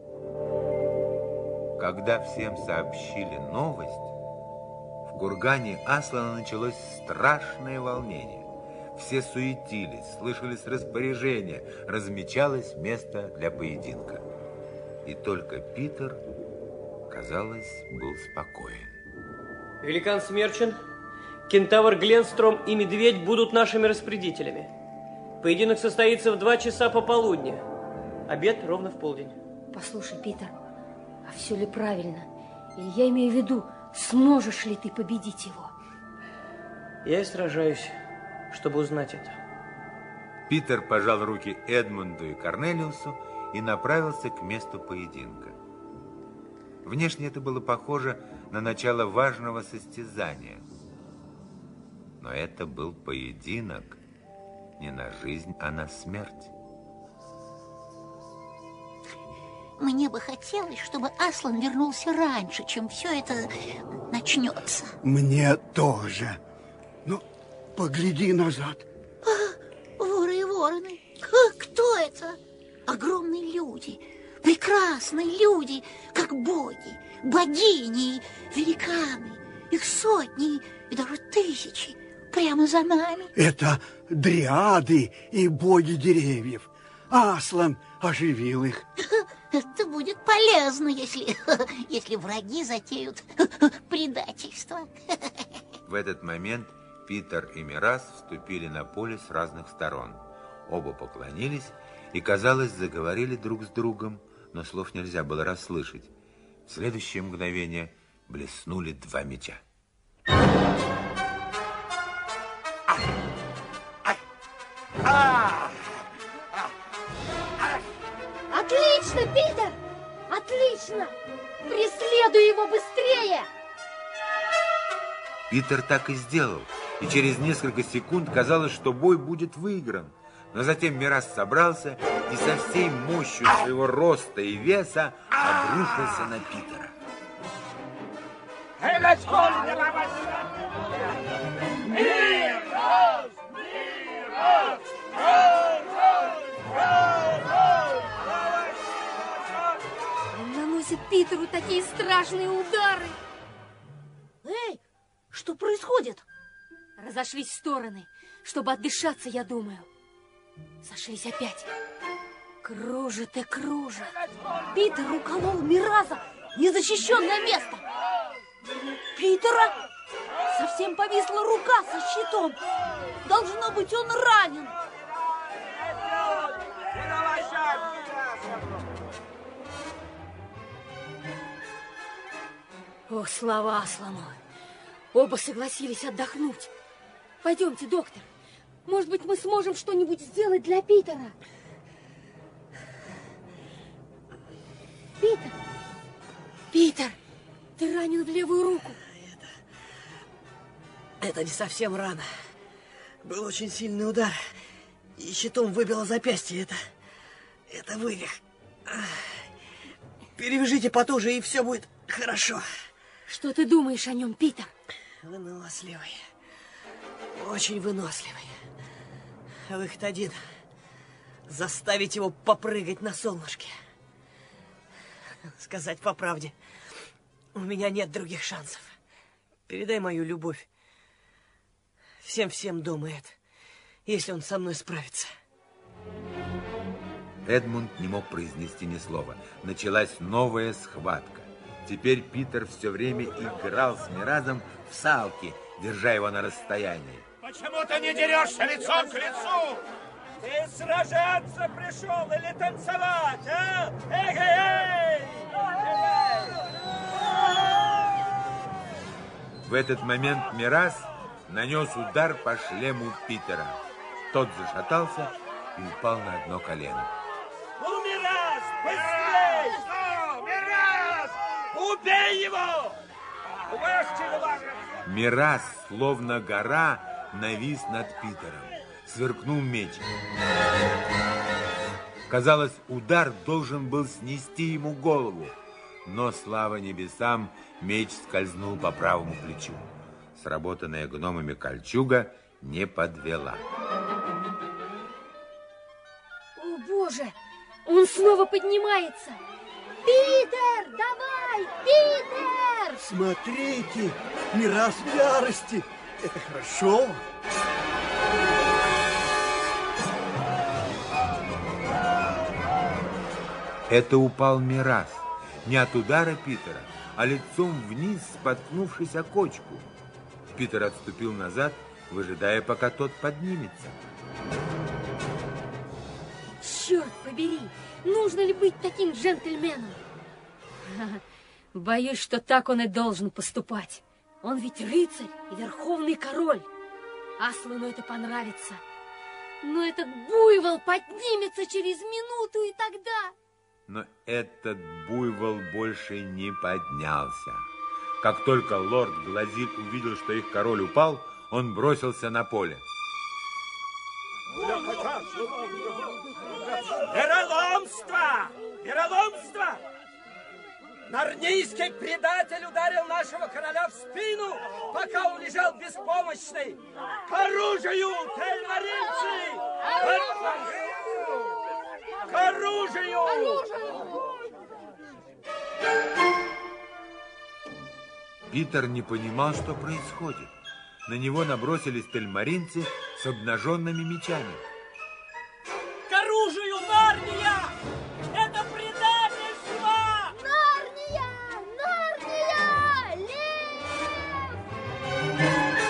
Когда всем сообщили новость, в кургане Аслана началось страшное волнение. Все суетились, слышались распоряжения, размечалось место для поединка. И только Питер, казалось, был спокоен. Великан Смерчин, кентавр Гленстром и Медведь будут нашими распорядителями. Поединок состоится в два часа пополудни. Обед ровно в полдень. Послушай, Питер, а все ли правильно? Или я имею в виду, сможешь ли ты победить его? Я и сражаюсь, чтобы узнать это. Питер пожал руки Эдмунду и Корнелиусу и направился к месту поединка. Внешне это было похоже на начало важного состязания. Но это был поединок не на жизнь, а на смерть. Мне бы хотелось, чтобы Аслан вернулся раньше, чем все это начнется. Мне тоже. Ну, погляди назад. А, воры и вороны. А, кто это? Огромные люди, прекрасные люди, как боги, богини, великаны. Их сотни и даже тысячи прямо за нами. Это дриады и боги деревьев. Аслан оживил их. Это будет полезно, если, если враги затеют предательство. В этот момент Питер и Мираз вступили на поле с разных сторон. Оба поклонились и, казалось, заговорили друг с другом, но слов нельзя было расслышать. В следующее мгновение блеснули два меча. Отлично, Питер! Отлично! Преследуй его быстрее! Питер так и сделал, и через несколько секунд казалось, что бой будет выигран. Но затем Мираз собрался и со всей мощью своего роста и веса обрушился на Питера. Он наносит Питеру такие страшные удары. Эй, что происходит? Разошлись в стороны, чтобы отдышаться, я думаю. Сошлись опять. Кружит и кружит. Питер уколол Мираза в незащищенное место. Питера совсем повисла рука со щитом. Должно быть, он ранен. О, слава Аслану! Оба согласились отдохнуть. Пойдемте, доктор. Может быть, мы сможем что-нибудь сделать для Питера? Питер! Питер! Ты ранен в левую руку. Это, это не совсем рана. Был очень сильный удар. И щитом выбило запястье. Это, это вывих. Перевяжите потуже, и все будет хорошо. Что ты думаешь о нем, Питер? Выносливый. Очень выносливый. Выход один. Заставить его попрыгать на солнышке. Сказать по правде, у меня нет других шансов. Передай мою любовь всем-всем думает, если он со мной справится. Эдмунд не мог произнести ни слова. Началась новая схватка. Теперь Питер все время играл с Миразом в салки, держа его на расстоянии. Почему ты не дерешься лицом к лицу? Ты сражаться пришел или танцевать, а? Эй-эй-эй! В этот момент Мираз нанес удар по шлему Питера. Тот зашатался и упал на одно колено. Ну, Мираз, быстрей! Что? Мираз! Убей его! Мираз, словно гора, навис над Питером. Сверкнул меч. Казалось, удар должен был снести ему голову. Но, слава небесам, меч скользнул по правому плечу. Сработанная гномами кольчуга не подвела. О, Боже! Он снова поднимается! Питер, давай! Питер! Смотрите, Мираз в ярости. Это хорошо. Это упал Мираз. Не от удара Питера, а лицом вниз, споткнувшись о кочку. Питер отступил назад, выжидая, пока тот поднимется. Черт побери! Нужно ли быть таким джентльменом? Боюсь, что так он и должен поступать. Он ведь рыцарь и верховный король. Аслану это понравится. Но этот буйвол поднимется через минуту, и тогда... Но этот буйвол больше не поднялся. Как только лорд Глазиль увидел, что их король упал, он бросился на поле. Вероломство! Вероломство! Нарнийский предатель ударил нашего короля в спину, пока он лежал беспомощный. К оружию, тельмаринцы! К оружию! Питер не понимал, что происходит. На него набросились тельмаринцы с обнаженными мечами. К оружию, Нарния! Это предательство! Нарния! Нарния! Лев!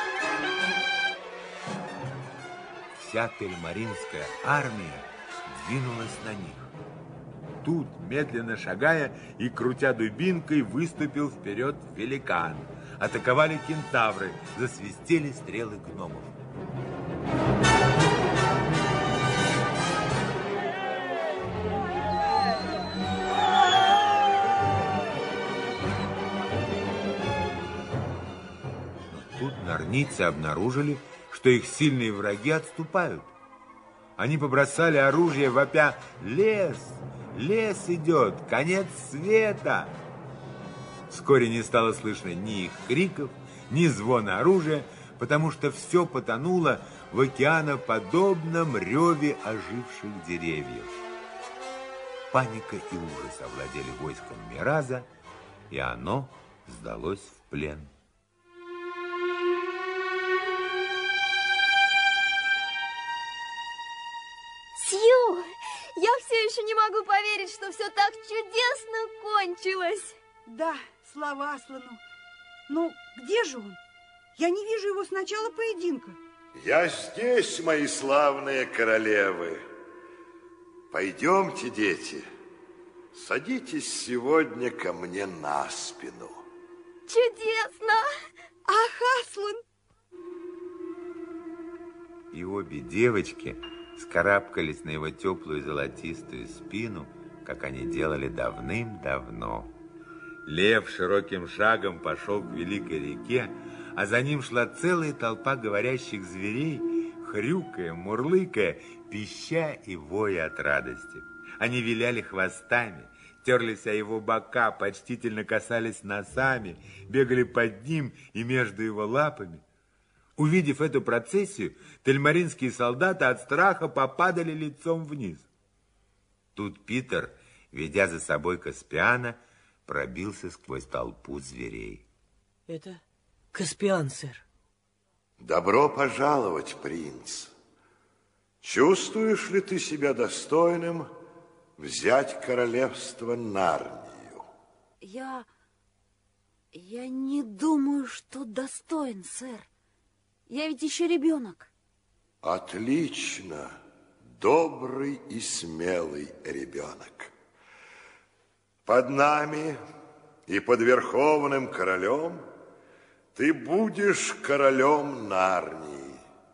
Вся тельмаринская армия двинулась на них. Тут, медленно шагая и крутя дубинкой, выступил вперед великан. Атаковали кентавры, засвистели стрелы гномов. Но тут нарнийцы обнаружили, что их сильные враги отступают. Они побросали оружие, вопя: «Лес! Лес идет! Конец света!» Вскоре не стало слышно ни их криков, ни звона оружия, потому что все потонуло в океаноподобном реве оживших деревьев. Паника и ужас овладели войском Мираза, и оно сдалось в плен. Сью, я все еще не могу поверить, что все так чудесно кончилось. Да, слава Аслану. Ну, где же он? Я не вижу его с начала поединка. Я здесь, мои славные королевы. Пойдемте, дети, садитесь сегодня ко мне на спину. Чудесно! Ах, Аслан! И обе девочки скарабкались на его теплую золотистую спину, как они делали давным-давно. Лев широким шагом пошел к великой реке, а за ним шла целая толпа говорящих зверей, хрюкая, мурлыкая, пища и воя от радости. Они виляли хвостами, терлись о его бока, почтительно касались носами, бегали под ним и между его лапами. Увидев эту процессию, тельмаринские солдаты от страха попадали лицом вниз. Тут Питер, ведя за собой Каспиана, пробился сквозь толпу зверей. Это Каспиан, сэр. Добро пожаловать, принц. Чувствуешь ли ты себя достойным взять королевство Нарнию? Я... я не думаю, что достоин, сэр. Я ведь еще ребенок. Отлично. Добрый и смелый ребенок. Под нами и под верховным королем ты будешь королем Нарнии.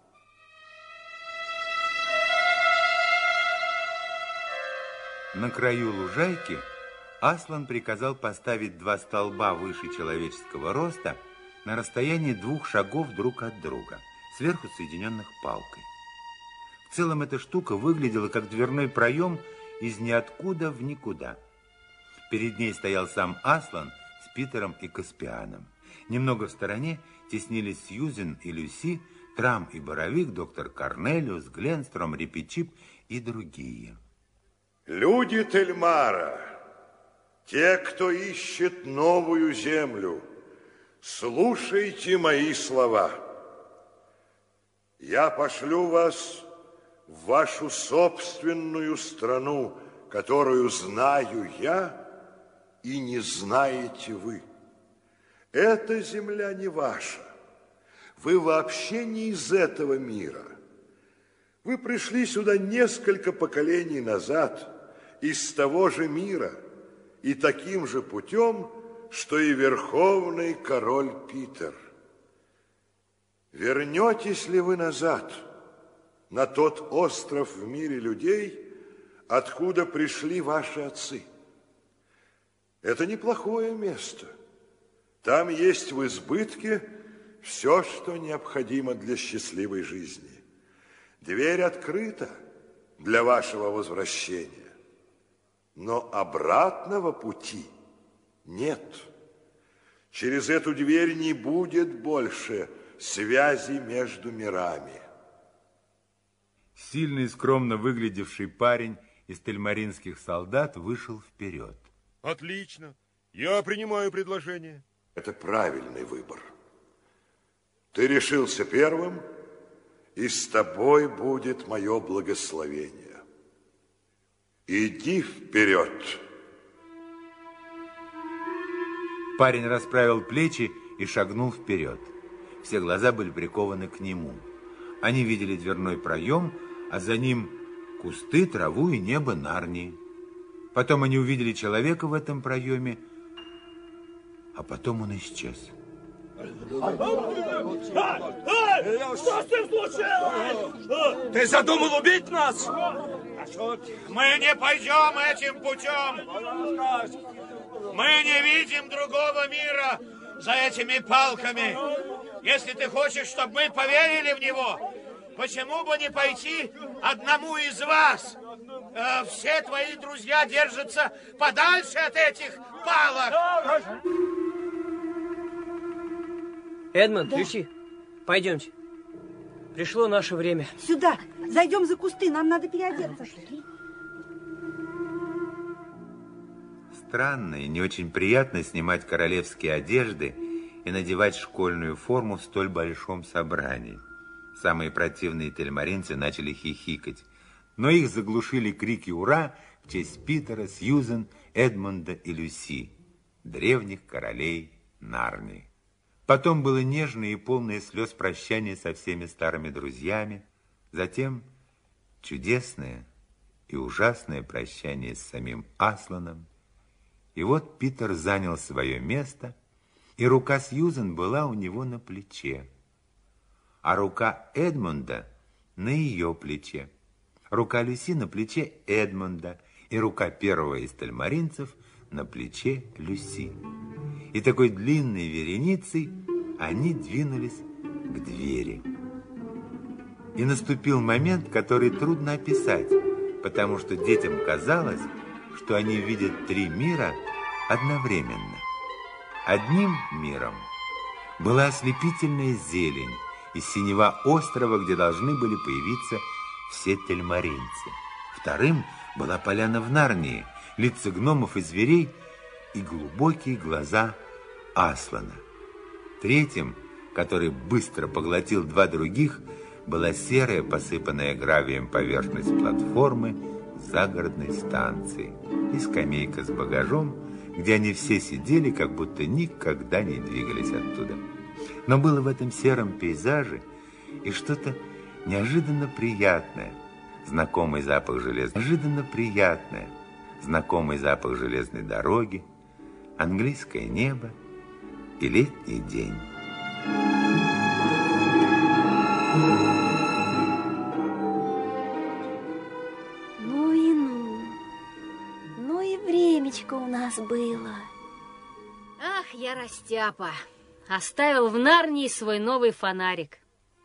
На краю лужайки Аслан приказал поставить два столба выше человеческого роста на расстоянии двух шагов друг от друга, сверху соединенных палкой. В целом эта штука выглядела как дверной проем из ниоткуда в никуда. Перед ней стоял сам Аслан с Питером и Каспианом. Немного в стороне теснились Сьюзен и Люси, Трам и Боровик, доктор Корнелиус, Гленстром, Репичип и другие. Люди Тельмара, те, кто ищет новую землю, слушайте мои слова. Я пошлю вас в вашу собственную страну, которую знаю я и не знаете вы. Эта земля не ваша. Вы вообще не из этого мира. Вы пришли сюда несколько поколений назад из того же мира и таким же путем, что и верховный король Питер. Вернетесь ли вы назад на тот остров в мире людей, откуда пришли ваши отцы? Это неплохое место. Там есть в избытке все, что необходимо для счастливой жизни. Дверь открыта для вашего возвращения, но обратного пути нет. Через эту дверь не будет больше связи между мирами. Сильный и скромно выглядевший парень из тельмаринских солдат вышел вперед. Отлично. Я принимаю предложение. Это правильный выбор. Ты решился первым, и с тобой будет мое благословение. Иди вперед. Парень расправил плечи и шагнул вперед. Все глаза были прикованы к нему. Они видели дверной проем, а за ним кусты, траву и небо Нарнии. Потом они увидели человека в этом проеме, а потом он исчез. Что с ним случилось? Ты задумал убить нас? Мы не пойдем этим путем. Мы не видим другого мира за этими палками. Если ты хочешь, чтобы мы поверили в него, почему бы не пойти одному из вас? Все твои друзья держатся подальше от этих палок. Эдмонд, да. Люси, пойдемте. Пришло наше время. Сюда. Зайдем за кусты, нам надо переодеться. Странно и не очень приятно снимать королевские одежды и надевать школьную форму в столь большом собрании. Самые противные тельмаринцы начали хихикать, но их заглушили крики «Ура!» в честь Питера, Сьюзен, Эдмунда и Люси, древних королей Нарнии. Потом было нежное и полное слез прощание со всеми старыми друзьями, затем чудесное и ужасное прощание с самим Асланом. И вот Питер занял свое место, и рука Сьюзен была у него на плече, а рука Эдмунда на ее плече, рука Люси на плече Эдмунда и рука первого из тельмаринцев на плече Люси. И такой длинной вереницей они двинулись к двери. И наступил момент, который трудно описать, потому что детям казалось, что они видят три мира одновременно. Одним миром была ослепительная зелень из синева острова, где должны были появиться все тельмаринцы. Вторым была поляна в Нарнии, лица гномов и зверей и глубокие глаза Аслана. Третьим который быстро поглотил два других, была серая, посыпанная гравием поверхность платформы загородной станции и скамейка с багажом, где они все сидели, как будто никогда не двигались оттуда. Но было в этом сером пейзаже и что-то неожиданно приятное, знакомый запах железной, неожиданно приятное, знакомый запах железной дороги, английское небо и летний день. Ну и ну, ну и времечко у нас было. Ах, я растяпа, оставил в Нарнии свой новый фонарик.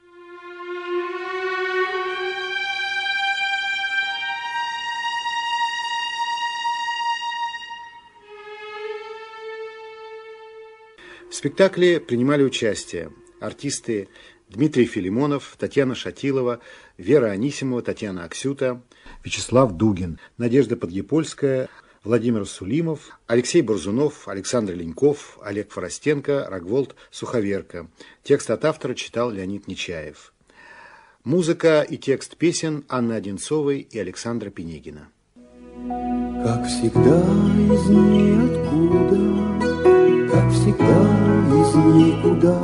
В спектакле принимали участие артисты Дмитрий Филимонов, Татьяна Шатилова, Вера Анисимова, Татьяна Аксюта, Вячеслав Дугин, Надежда Подъепольская, Владимир Сулимов, Алексей Борзунов, Александр Леньков, Олег Форостенко, Рогволд Суховерка. Текст от автора читал Леонид Нечаев. Музыка и текст песен Анны Одинцовой и Александра Пенегина. Как всегда из ниоткуда, как всегда из никуда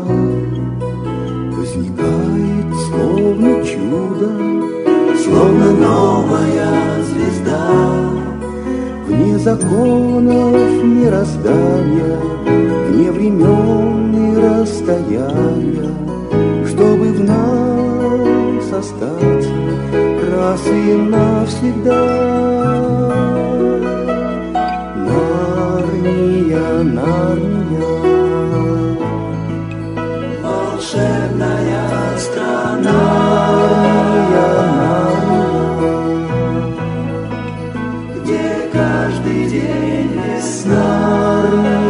возникает словно чудо, словно новая звезда. Вне законов мироздания, вне времен и расстояния, чтобы в нас остаться раз и навсегда. Нарния, Нарния, волшебная страна. Нарния, Нарния, где каждый день весна.